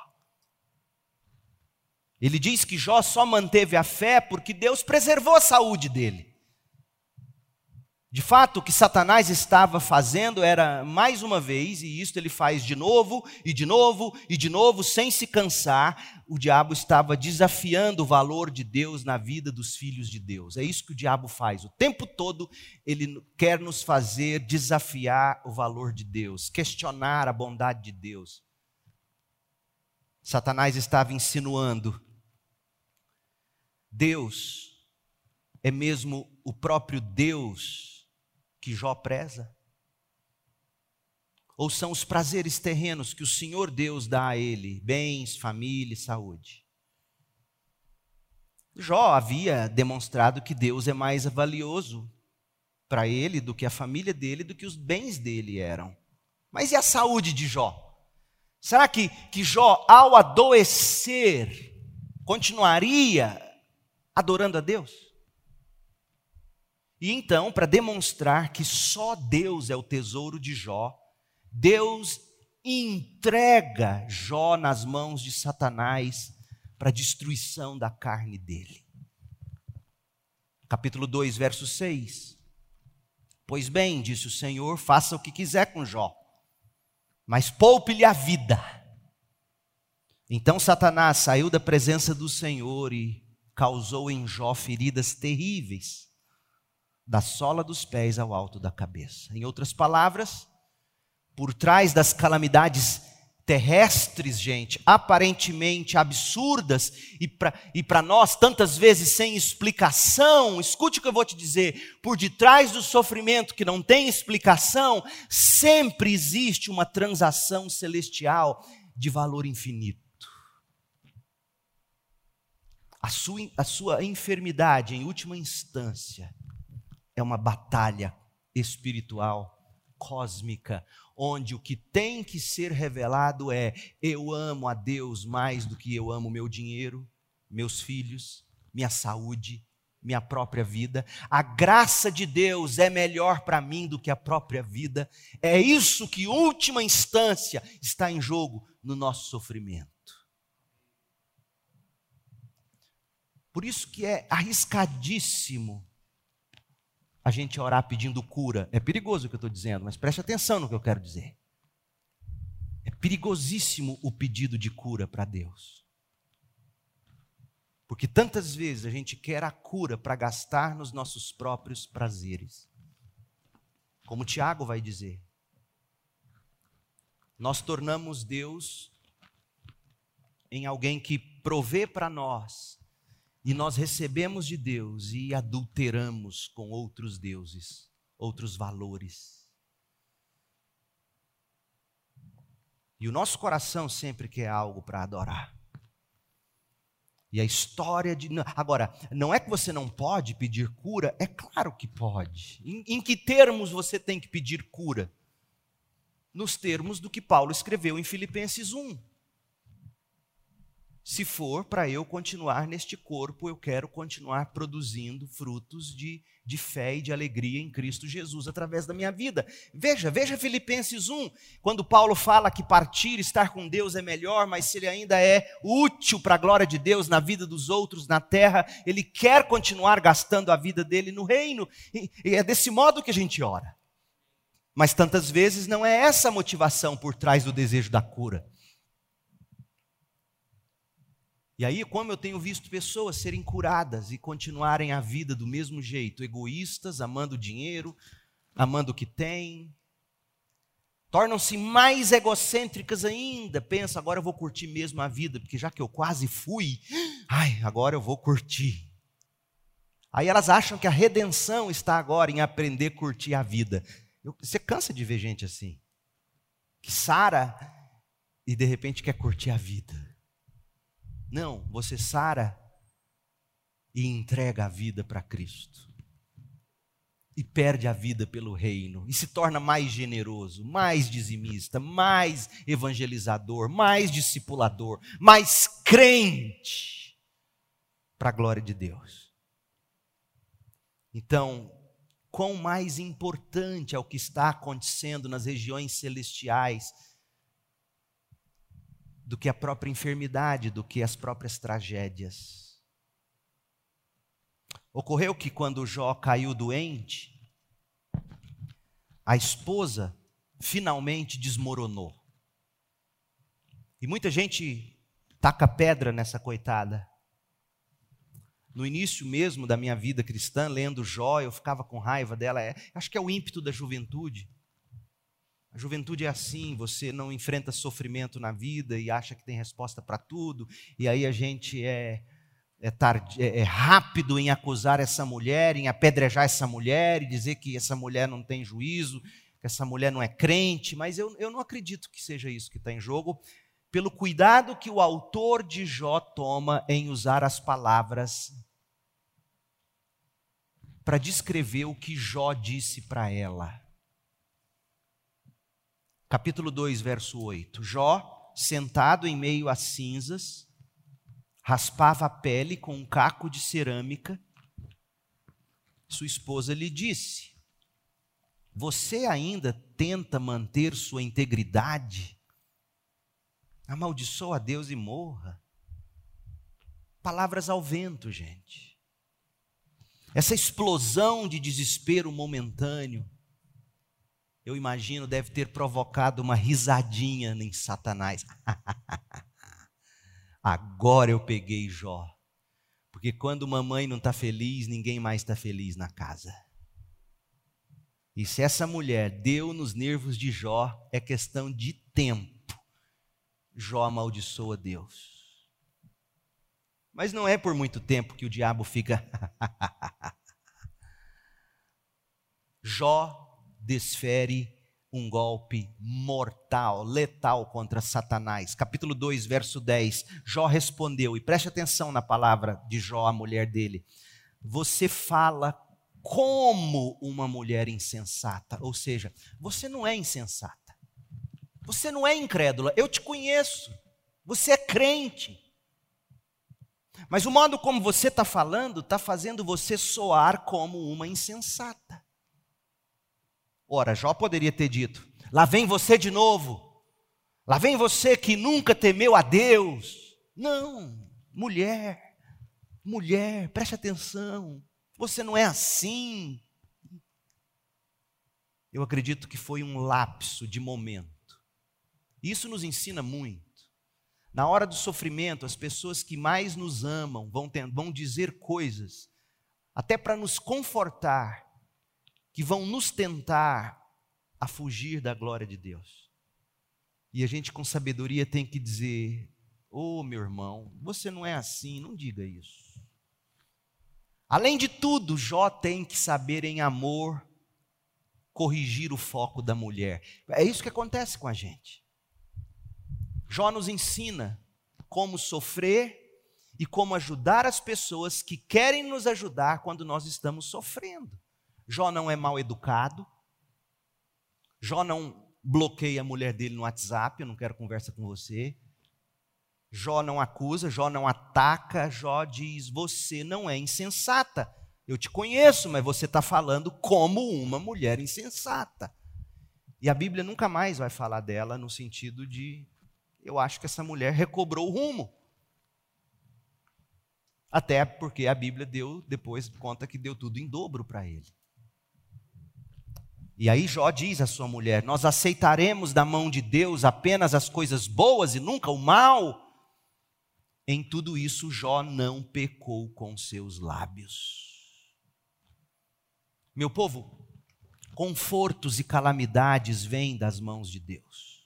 Ele diz que Jó só manteve a fé porque Deus preservou a saúde dele. De fato, o que Satanás estava fazendo era, mais uma vez, e isto ele faz de novo, e de novo, e de novo, sem se cansar, o diabo estava desafiando o valor de Deus na vida dos filhos de Deus. É isso que o diabo faz. O tempo todo ele quer nos fazer desafiar o valor de Deus, questionar a bondade de Deus. Satanás estava insinuando: Deus é mesmo o próprio Deus que Jó preza? Ou são os prazeres terrenos que o Senhor Deus dá a ele, bens, família e saúde? Jó havia demonstrado que Deus é mais valioso para ele do que a família dele, do que os bens dele eram. Mas e a saúde de Jó? Será que, que Jó, ao adoecer, continuaria adorando a Deus? E então, para demonstrar que só Deus é o tesouro de Jó, Deus entrega Jó nas mãos de Satanás para a destruição da carne dele. Capítulo dois, verso seis. Pois bem, disse o Senhor, faça o que quiser com Jó, mas poupe-lhe a vida. Então Satanás saiu da presença do Senhor e causou em Jó feridas terríveis, da sola dos pés ao alto da cabeça. Em outras palavras, por trás das calamidades terrestres, gente, aparentemente absurdas, e para e para nós tantas vezes sem explicação, escute o que eu vou te dizer, por detrás do sofrimento que não tem explicação, sempre existe uma transação celestial de valor infinito. A sua, a sua enfermidade, em última instância, é uma batalha espiritual, cósmica, onde o que tem que ser revelado é: eu amo a Deus mais do que eu amo meu dinheiro, meus filhos, minha saúde, minha própria vida. A graça de Deus é melhor para mim do que a própria vida. É isso que, em última instância, está em jogo no nosso sofrimento. Por isso que é arriscadíssimo a gente orar pedindo cura. É perigoso o que eu estou dizendo, mas preste atenção no que eu quero dizer. É perigosíssimo o pedido de cura para Deus. Porque tantas vezes a gente quer a cura para gastar nos nossos próprios prazeres. Como Tiago vai dizer, Nós tornamos Deus em alguém que provê para nós, e nós recebemos de Deus e adulteramos com outros deuses, outros valores. E o nosso coração sempre quer algo para adorar. E a história de... Agora, não é que você não pode pedir cura, é claro que pode. Em, em que termos você tem que pedir cura? Nos termos do que Paulo escreveu em Filipenses um. Se for para eu continuar neste corpo, eu quero continuar produzindo frutos de, de fé e de alegria em Cristo Jesus através da minha vida. Veja, veja Filipenses um, quando Paulo fala que partir, estar com Deus é melhor, mas se ele ainda é útil para a glória de Deus na vida dos outros, na terra, ele quer continuar gastando a vida dele no reino. E, e é desse modo que a gente ora. Mas tantas vezes não é essa a motivação por trás do desejo da cura. E aí, como eu tenho visto pessoas serem curadas e continuarem a vida do mesmo jeito, egoístas, amando dinheiro, amando o que têm, tornam-se mais egocêntricas ainda. Pensa, agora eu vou curtir mesmo a vida, porque já que eu quase fui, ai, agora eu vou curtir. Aí elas acham que a redenção está agora em aprender a curtir a vida. Eu, você cansa de ver gente assim, que sara e de repente quer curtir a vida. Não, você sara e entrega a vida para Cristo. E perde a vida pelo reino. E se torna mais generoso, mais dizimista, mais evangelizador, mais discipulador, mais crente para a glória de Deus. Então, quão mais importante é o que está acontecendo nas regiões celestiais do que a própria enfermidade, do que as próprias tragédias. Ocorreu que quando Jó caiu doente, a esposa finalmente desmoronou. E muita gente taca pedra nessa coitada. No início mesmo da minha vida cristã, lendo Jó, eu ficava com raiva dela. É, acho que é o ímpeto da juventude. A juventude é assim, você não enfrenta sofrimento na vida e acha que tem resposta para tudo, e aí a gente é, é, tarde, é, é rápido em acusar essa mulher, em apedrejar essa mulher, e dizer que essa mulher não tem juízo, que essa mulher não é crente, mas eu, eu não acredito que seja isso que está em jogo, pelo cuidado que o autor de Jó toma em usar as palavras para descrever o que Jó disse para ela. Capítulo dois, verso oito. Jó, sentado em meio às cinzas, raspava a pele com um caco de cerâmica. Sua esposa lhe disse: você ainda tenta manter sua integridade? Amaldiçoa a Deus e morra. Palavras ao vento, gente. Essa explosão de desespero momentâneo, eu imagino, deve ter provocado uma risadinha em Satanás. Agora eu peguei Jó. Porque quando mamãe não está feliz, ninguém mais está feliz na casa. E se essa mulher deu nos nervos de Jó, é questão de tempo. Jó amaldiçoa Deus. Mas não é por muito tempo que o diabo fica... Jó desfere um golpe mortal, letal contra Satanás. Capítulo dois, verso dez. Jó respondeu, e preste atenção na palavra de Jó, a mulher dele. Você fala como uma mulher insensata. Ou seja, você não é insensata. Você não é incrédula. Eu te conheço. Você é crente. Mas o modo como você está falando, está fazendo você soar como uma insensata. Ora, Jó poderia ter dito, lá vem você de novo, lá vem você que nunca temeu a Deus. Não, mulher, mulher, preste atenção, você não é assim. Eu acredito que foi um lapso de momento. Isso nos ensina muito. Na hora do sofrimento, as pessoas que mais nos amam vão, ter, vão dizer coisas, até para nos confortar, que vão nos tentar a fugir da glória de Deus. E a gente com sabedoria tem que dizer: ô meu irmão, você não é assim, não diga isso. Além de tudo, Jó tem que saber em amor corrigir o foco da mulher. É isso que acontece com a gente. Jó nos ensina como sofrer e como ajudar as pessoas que querem nos ajudar quando nós estamos sofrendo. Jó não é mal educado. Jó não bloqueia a mulher dele no WhatsApp: eu não quero conversa com você. Jó não acusa, Jó não ataca, Jó diz: você não é insensata. Eu te conheço, mas você está falando como uma mulher insensata. E a Bíblia nunca mais vai falar dela no sentido de: eu acho que essa mulher recobrou o rumo. Até porque a Bíblia deu, depois conta que deu tudo em dobro para ele. E aí Jó diz à sua mulher: nós aceitaremos da mão de Deus apenas as coisas boas e nunca o mal. Em tudo isso, Jó não pecou com seus lábios. Meu povo, confortos e calamidades vêm das mãos de Deus.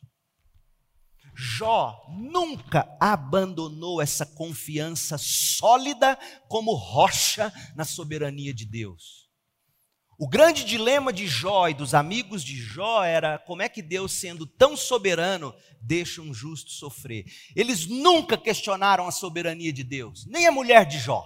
Jó nunca abandonou essa confiança sólida como rocha na soberania de Deus. O grande dilema de Jó e dos amigos de Jó era: como é que Deus, sendo tão soberano, deixa um justo sofrer? Eles nunca questionaram a soberania de Deus, nem a mulher de Jó.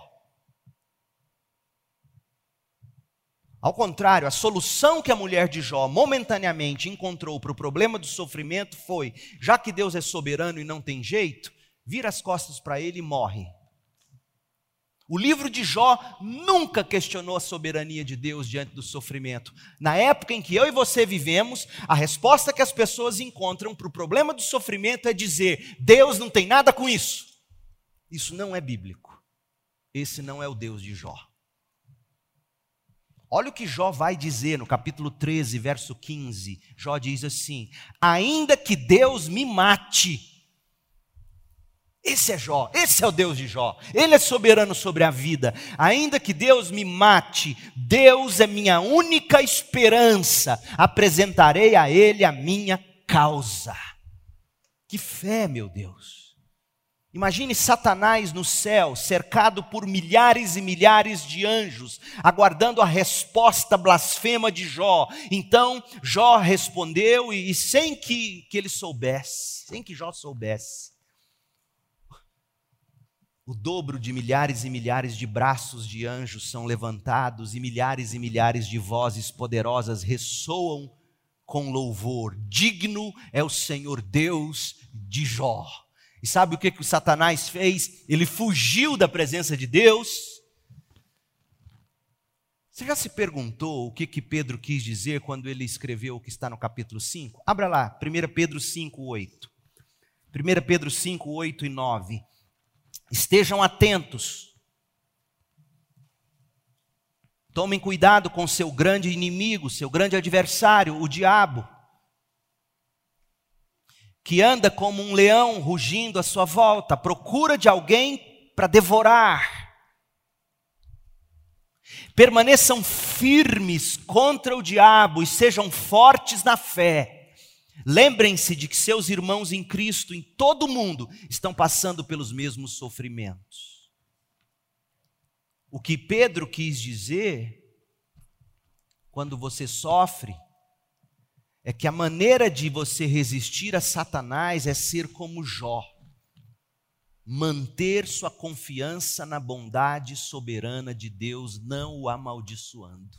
Ao contrário, a solução que a mulher de Jó momentaneamente encontrou para o problema do sofrimento foi: já que Deus é soberano e não tem jeito, vira as costas para ele e morre. O livro de Jó nunca questionou a soberania de Deus diante do sofrimento. Na época em que eu e você vivemos, a resposta que as pessoas encontram para o problema do sofrimento é dizer: Deus não tem nada com isso. Isso não é bíblico. Esse não é o Deus de Jó. Olha o que Jó vai dizer no capítulo treze, verso quinze. Jó diz assim: ainda que Deus me mate. Esse é Jó, esse é o Deus de Jó. Ele é soberano sobre a vida. Ainda que Deus me mate, Deus é minha única esperança. Apresentarei a Ele a minha causa. Que fé, meu Deus. Imagine Satanás no céu, cercado por milhares e milhares de anjos, aguardando a resposta blasfema de Jó. Então Jó respondeu, e, e sem que, que ele soubesse, sem que Jó soubesse, o dobro de milhares e milhares de braços de anjos são levantados e milhares e milhares de vozes poderosas ressoam com louvor. Digno é o Senhor Deus de Jó. E sabe o que, que o Satanás fez? Ele fugiu da presença de Deus. Você já se perguntou o que, que Pedro quis dizer quando ele escreveu o que está no capítulo cinco? Abra lá, primeira Pedro cinco, oito. primeira Pedro cinco, oito e nove. Estejam atentos. Tomem cuidado com seu grande inimigo, seu grande adversário, o diabo, que anda como um leão rugindo à sua volta, à procura de alguém para devorar. Permaneçam firmes contra o diabo e sejam fortes na fé. Lembrem-se de que seus irmãos em Cristo, em todo o mundo, estão passando pelos mesmos sofrimentos. O que Pedro quis dizer, quando você sofre, é que a maneira de você resistir a Satanás é ser como Jó. Manter sua confiança na bondade soberana de Deus, não o amaldiçoando.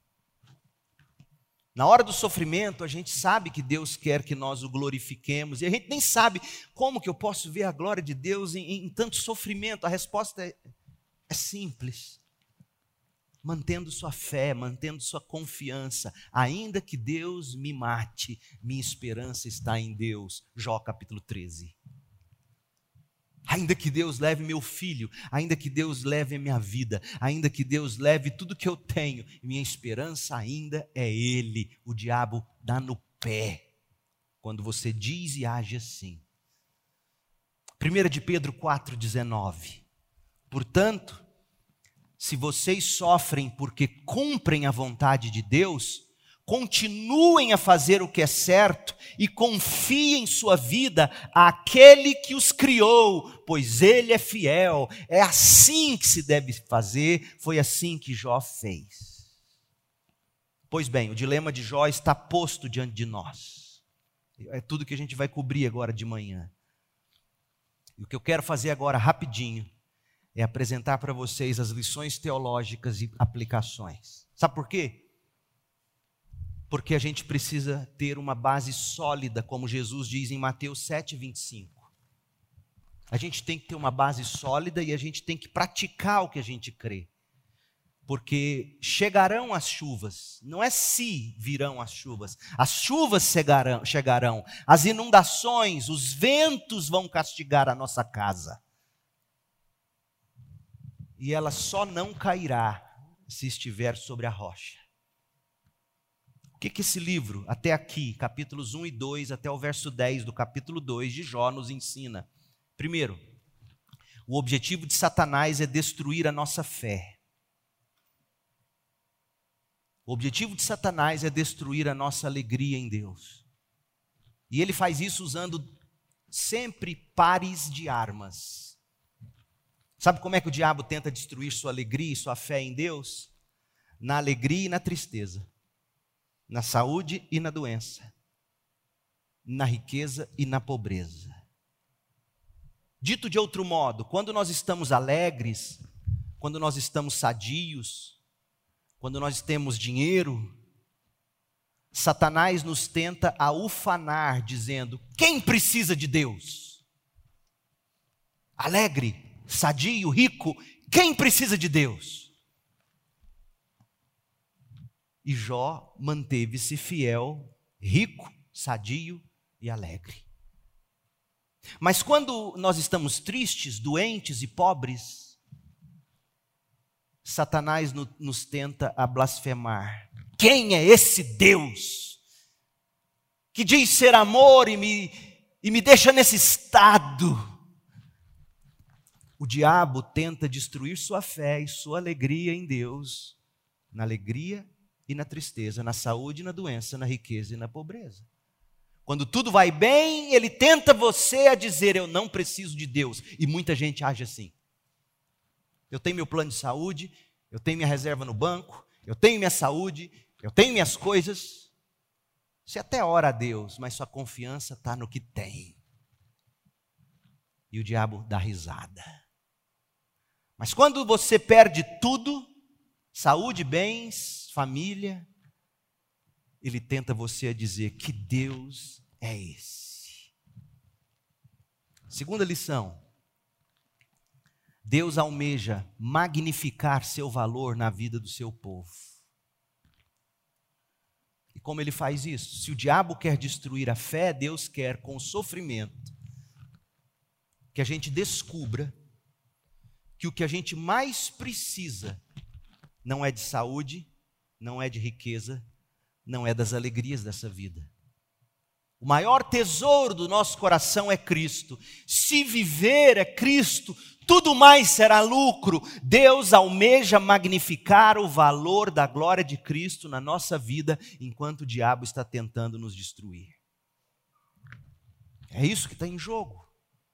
Na hora do sofrimento, a gente sabe que Deus quer que nós o glorifiquemos, e a gente nem sabe como que eu posso ver a glória de Deus em, em tanto sofrimento. A resposta é, é simples: mantendo sua fé, mantendo sua confiança. Ainda que Deus me mate, minha esperança está em Deus. Jó capítulo treze. Ainda que Deus leve meu filho, ainda que Deus leve a minha vida, ainda que Deus leve tudo que eu tenho, minha esperança ainda é Ele. O diabo dá no pé quando você diz e age assim. primeira de Pedro quatro, dezenove. Portanto, se vocês sofrem porque cumprem a vontade de Deus, continuem a fazer o que é certo e confiem sua vida àquele que os criou, pois ele é fiel. É assim que se deve fazer, foi assim que Jó fez. Pois bem, o dilema de Jó está posto diante de nós. É tudo que a gente vai cobrir agora de manhã. E o que eu quero fazer agora, rapidinho, é apresentar para vocês as lições teológicas e aplicações. Sabe por quê? Porque a gente precisa ter uma base sólida, como Jesus diz em Mateus sete, vinte e cinco. A gente tem que ter uma base sólida e a gente tem que praticar o que a gente crê. Porque chegarão as chuvas, não é se virão as chuvas, as chuvas chegarão, chegarão, as inundações, os ventos vão castigar a nossa casa. E ela só não cairá se estiver sobre a rocha. O que que esse livro, até aqui, capítulos um e dois, até o verso dez do capítulo dois de Jó nos ensina? Primeiro, o objetivo de Satanás é destruir a nossa fé. O objetivo de Satanás é destruir a nossa alegria em Deus. E ele faz isso usando sempre pares de armas. Sabe como é que o diabo tenta destruir sua alegria e sua fé em Deus? Na alegria e na tristeza. Na saúde e na doença, na riqueza e na pobreza. Dito de outro modo, quando nós estamos alegres, quando nós estamos sadios, quando nós temos dinheiro, Satanás nos tenta a ufanar, dizendo: quem precisa de Deus? Alegre, sadio, rico, quem precisa de Deus? E Jó manteve-se fiel, rico, sadio e alegre. Mas quando nós estamos tristes, doentes e pobres, Satanás no, nos tenta a blasfemar. Quem é esse Deus que diz ser amor e me, e me deixa nesse estado? O diabo tenta destruir sua fé e sua alegria em Deus, na alegria e na tristeza, na saúde e na doença, na riqueza e na pobreza. Quando tudo vai bem, ele tenta você a dizer: eu não preciso de Deus. E muita gente age assim. Eu tenho meu plano de saúde, eu tenho minha reserva no banco, eu tenho minha saúde, eu tenho minhas coisas. Você até ora a Deus, mas sua confiança está no que tem. E o diabo dá risada. Mas quando você perde tudo, saúde, bens, família, ele tenta você a dizer: que Deus é esse? Segunda lição: Deus almeja magnificar seu valor na vida do seu povo. E como ele faz isso? Se o diabo quer destruir a fé, Deus quer, com o sofrimento, que a gente descubra que o que a gente mais precisa não é de saúde, não é de riqueza, não é das alegrias dessa vida. O maior tesouro do nosso coração é Cristo. Se viver é Cristo, tudo mais será lucro. Deus almeja magnificar o valor da glória de Cristo na nossa vida, enquanto o diabo está tentando nos destruir. É isso que está em jogo.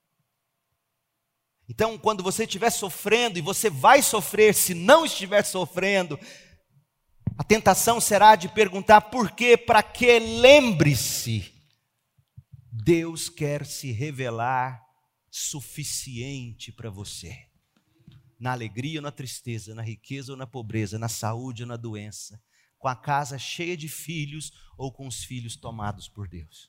Então, quando você estiver sofrendo, e você vai sofrer se não estiver sofrendo, a tentação será de perguntar por quê, para quê? Lembre-se, Deus quer se revelar suficiente para você. Na alegria ou na tristeza, na riqueza ou na pobreza, na saúde ou na doença, com a casa cheia de filhos ou com os filhos tomados por Deus.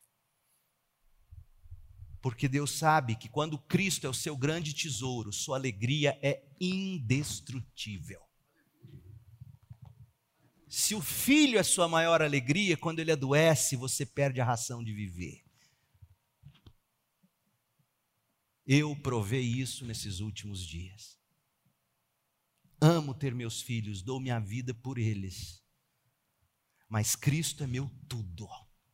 Porque Deus sabe que quando Cristo é o seu grande tesouro, sua alegria é indestrutível. Se o filho é sua maior alegria, quando ele adoece, você perde a razão de viver. Eu provei isso nesses últimos dias. Amo ter meus filhos, dou minha vida por eles. Mas Cristo é meu tudo.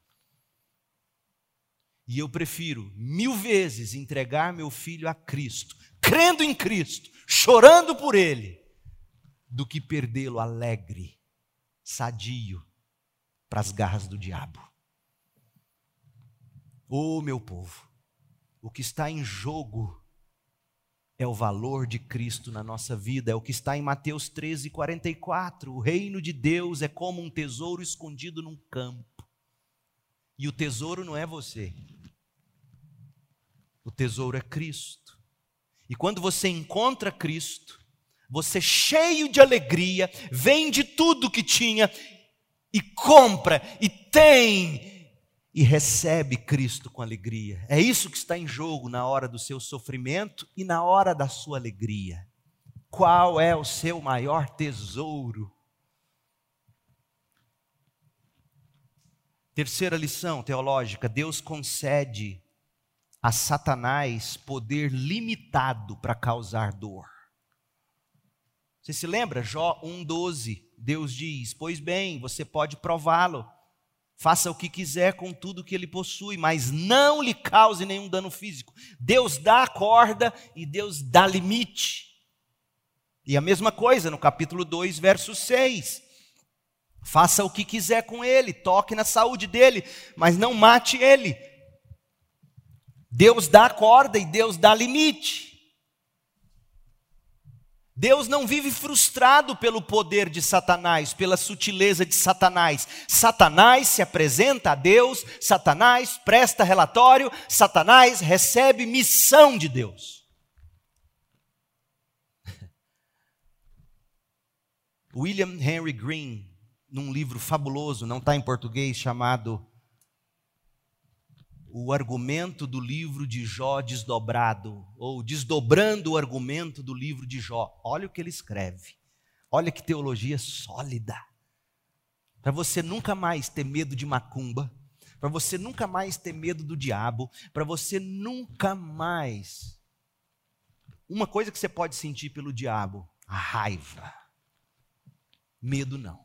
E eu prefiro mil vezes entregar meu filho a Cristo, crendo em Cristo, chorando por Ele, do que perdê-lo alegre, sadio, para as garras do diabo. Ô meu povo, o que está em jogo é o valor de Cristo na nossa vida, é o que está em Mateus treze, quarenta e quatro. O reino de Deus é como um tesouro escondido num campo. E o tesouro não é você. O tesouro é Cristo. E quando você encontra Cristo, você cheio de alegria, vende tudo que tinha e compra e tem e recebe Cristo com alegria. É isso que está em jogo na hora do seu sofrimento e na hora da sua alegria. Qual é o seu maior tesouro? Terceira lição teológica: Deus concede a Satanás poder limitado para causar dor. Você se lembra? Jó um, doze, Deus diz: pois bem, você pode prová-lo, faça o que quiser com tudo que ele possui, mas não lhe cause nenhum dano físico. Deus dá a corda e Deus dá limite. E a mesma coisa no capítulo dois, verso seis. Faça o que quiser com ele, toque na saúde dele, mas não mate ele. Deus dá a corda e Deus dá limite. Deus não vive frustrado pelo poder de Satanás, pela sutileza de Satanás. Satanás se apresenta a Deus, Satanás presta relatório, Satanás recebe missão de Deus. William Henry Green, num livro fabuloso, não está em português, chamado O Argumento do Livro de Jó Desdobrado, ou Desdobrando o Argumento do Livro de Jó. Olha o que ele escreve. Olha que teologia sólida. Para você nunca mais ter medo de macumba, para você nunca mais ter medo do diabo, para você nunca mais... Uma coisa que você pode sentir pelo diabo: a raiva. Medo não.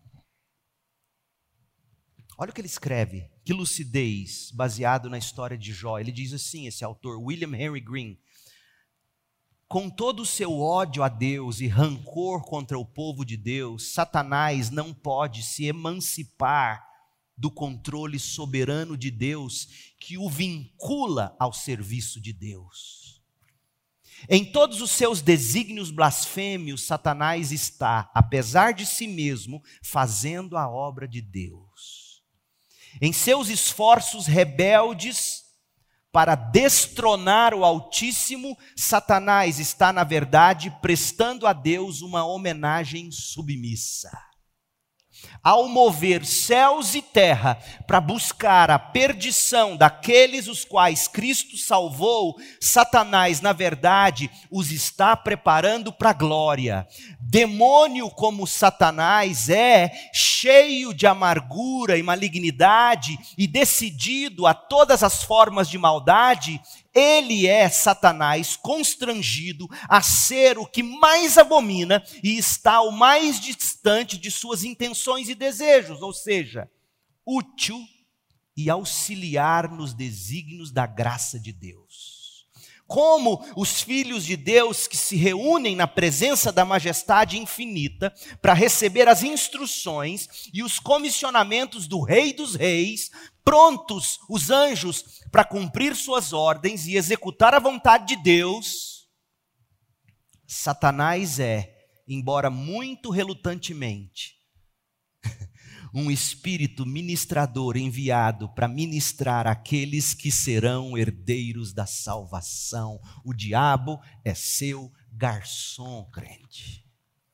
Olha o que ele escreve, que lucidez, baseado na história de Jó. Ele diz assim, esse autor, William Henry Green: com todo o seu ódio a Deus e rancor contra o povo de Deus, Satanás não pode se emancipar do controle soberano de Deus que o vincula ao serviço de Deus. Em todos os seus desígnios blasfêmios, Satanás está, apesar de si mesmo, fazendo a obra de Deus. Em seus esforços rebeldes para destronar o Altíssimo, Satanás está, na verdade, prestando a Deus uma homenagem submissa. Ao mover céus e terra para buscar a perdição daqueles os quais Cristo salvou, Satanás, na verdade, os está preparando para a glória. Demônio como Satanás é, cheio de amargura e malignidade e decidido a todas as formas de maldade, ele é, Satanás, constrangido a ser o que mais abomina e está o mais distante de suas intenções e desejos, ou seja, útil e auxiliar nos desígnios da graça de Deus. Como os filhos de Deus que se reúnem na presença da majestade infinita para receber as instruções e os comissionamentos do Rei dos Reis, prontos os anjos para cumprir suas ordens e executar a vontade de Deus, Satanás é, embora muito relutantemente, um espírito ministrador enviado para ministrar aqueles que serão herdeiros da salvação. O diabo é seu garçom, crente.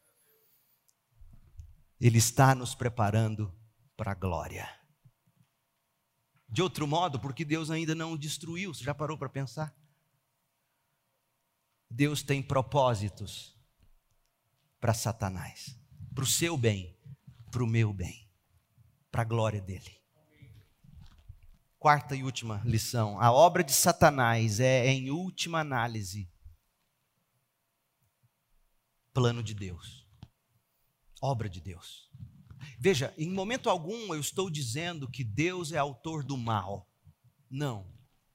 Ele está nos preparando para a glória. De outro modo, porque Deus ainda não o destruiu, você já parou para pensar? Deus tem propósitos para Satanás, para o seu bem, para o meu bem, para a glória dele. Quarta e última lição: a obra de Satanás é, em última análise, plano de Deus, obra de Deus. Veja, em momento algum eu estou dizendo que Deus é autor do mal. Não.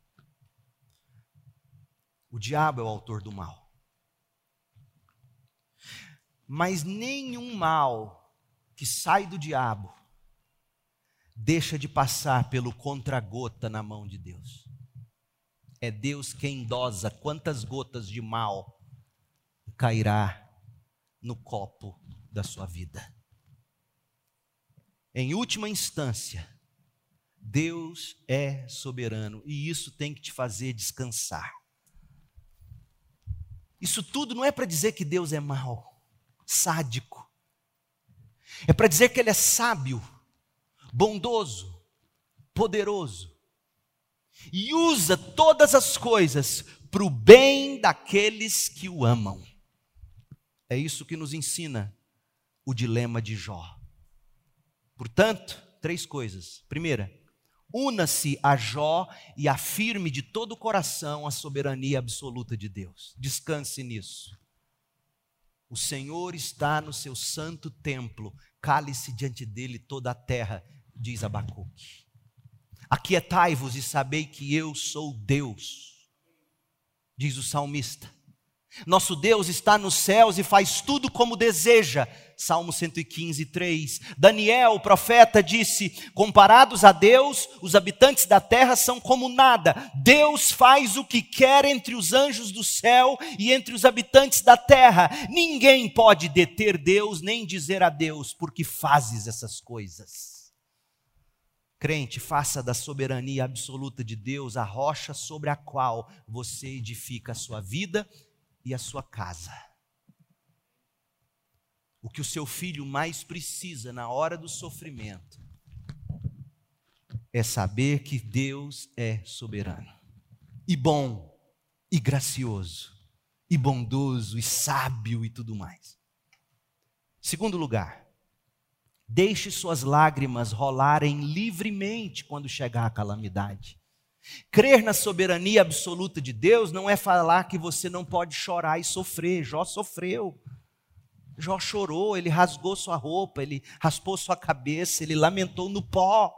O diabo é o autor do mal. Mas nenhum mal que sai do diabo deixa de passar pelo contra-gota na mão de Deus. É Deus quem dosa quantas gotas de mal cairá no copo da sua vida. Em última instância, Deus é soberano e isso tem que te fazer descansar. Isso tudo não é para dizer que Deus é mau, sádico. É para dizer que Ele é sábio, bondoso, poderoso. E usa todas as coisas para o bem daqueles que o amam. É isso que nos ensina o dilema de Jó. Portanto, três coisas. Primeira, una-se a Jó e afirme de todo o coração a soberania absoluta de Deus. Descanse nisso. O Senhor está no seu santo templo, cale-se diante dele toda a terra, diz Abacuque. Aquietai-vos e sabei que eu sou Deus, diz o salmista. Nosso Deus está nos céus e faz tudo como deseja. Salmo cento e quinze, três. Daniel, o profeta, disse: comparados a Deus, os habitantes da terra são como nada. Deus faz o que quer entre os anjos do céu e entre os habitantes da terra. Ninguém pode deter Deus, nem dizer a Deus, porque fazes essas coisas. Crente, faça da soberania absoluta de Deus a rocha sobre a qual você edifica a sua vida e a sua casa. O que o seu filho mais precisa na hora do sofrimento é saber que Deus é soberano, e bom, e gracioso, e bondoso, e sábio e tudo mais. Segundo lugar, deixe suas lágrimas rolarem livremente quando chegar a calamidade. Crer na soberania absoluta de Deus não é falar que você não pode chorar e sofrer. Jó sofreu. Jó chorou, ele rasgou sua roupa, ele raspou sua cabeça, ele lamentou no pó.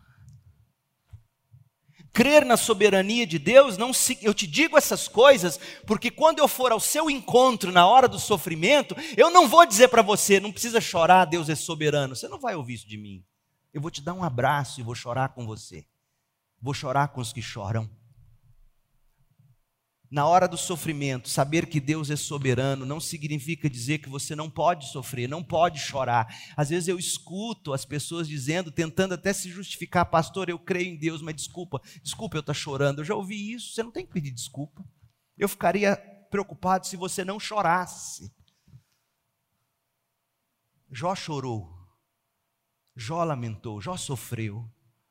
Crer na soberania de Deus, não se, eu te digo essas coisas, porque quando eu for ao seu encontro na hora do sofrimento, eu não vou dizer para você, não precisa chorar, Deus é soberano. Você não vai ouvir isso de mim. Eu vou te dar um abraço e vou chorar com você. Vou chorar com os que choram. Na hora do sofrimento, saber que Deus é soberano não significa dizer que você não pode sofrer, não pode chorar. Às vezes eu escuto as pessoas dizendo, tentando até se justificar: pastor, eu creio em Deus, mas desculpa, desculpa eu estar chorando. Eu já ouvi isso, você não tem que pedir desculpa. Eu ficaria preocupado se você não chorasse. Jó chorou, Jó lamentou, Jó sofreu.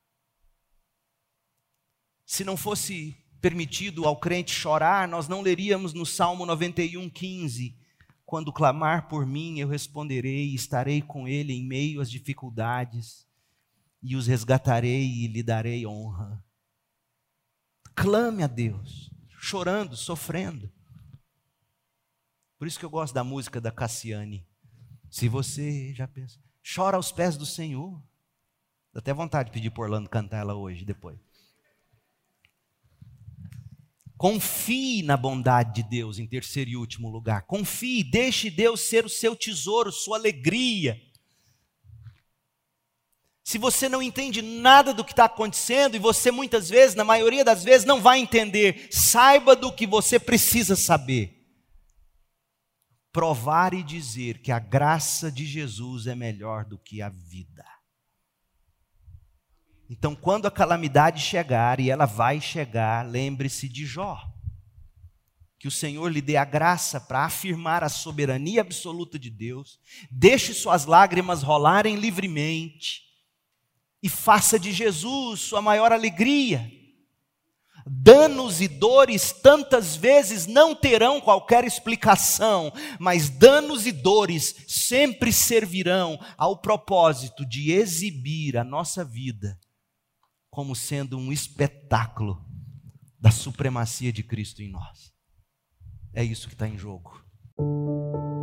Se não fosse permitido ao crente chorar, nós não leríamos no Salmo noventa e um, quinze: quando clamar por mim, eu responderei, estarei com ele em meio às dificuldades, e os resgatarei e lhe darei honra. Clame a Deus, chorando, sofrendo. Por isso que eu gosto da música da Cassiane. Se você já pensa, chora aos pés do Senhor. Dá até vontade de pedir para Orlando cantar ela hoje, depois. Confie na bondade de Deus, em terceiro e último lugar. Confie, deixe Deus ser o seu tesouro, sua alegria. Se você não entende nada do que está acontecendo, e você muitas vezes, na maioria das vezes, não vai entender, saiba do que você precisa saber. Provar e dizer que a graça de Jesus é melhor do que a vida. Então, quando a calamidade chegar, e ela vai chegar, lembre-se de Jó. Que o Senhor lhe dê a graça para afirmar a soberania absoluta de Deus, deixe suas lágrimas rolarem livremente, e faça de Jesus sua maior alegria. Danos e dores tantas vezes não terão qualquer explicação, mas danos e dores sempre servirão ao propósito de exibir a nossa vida como sendo um espetáculo da supremacia de Cristo em nós. É isso que está em jogo.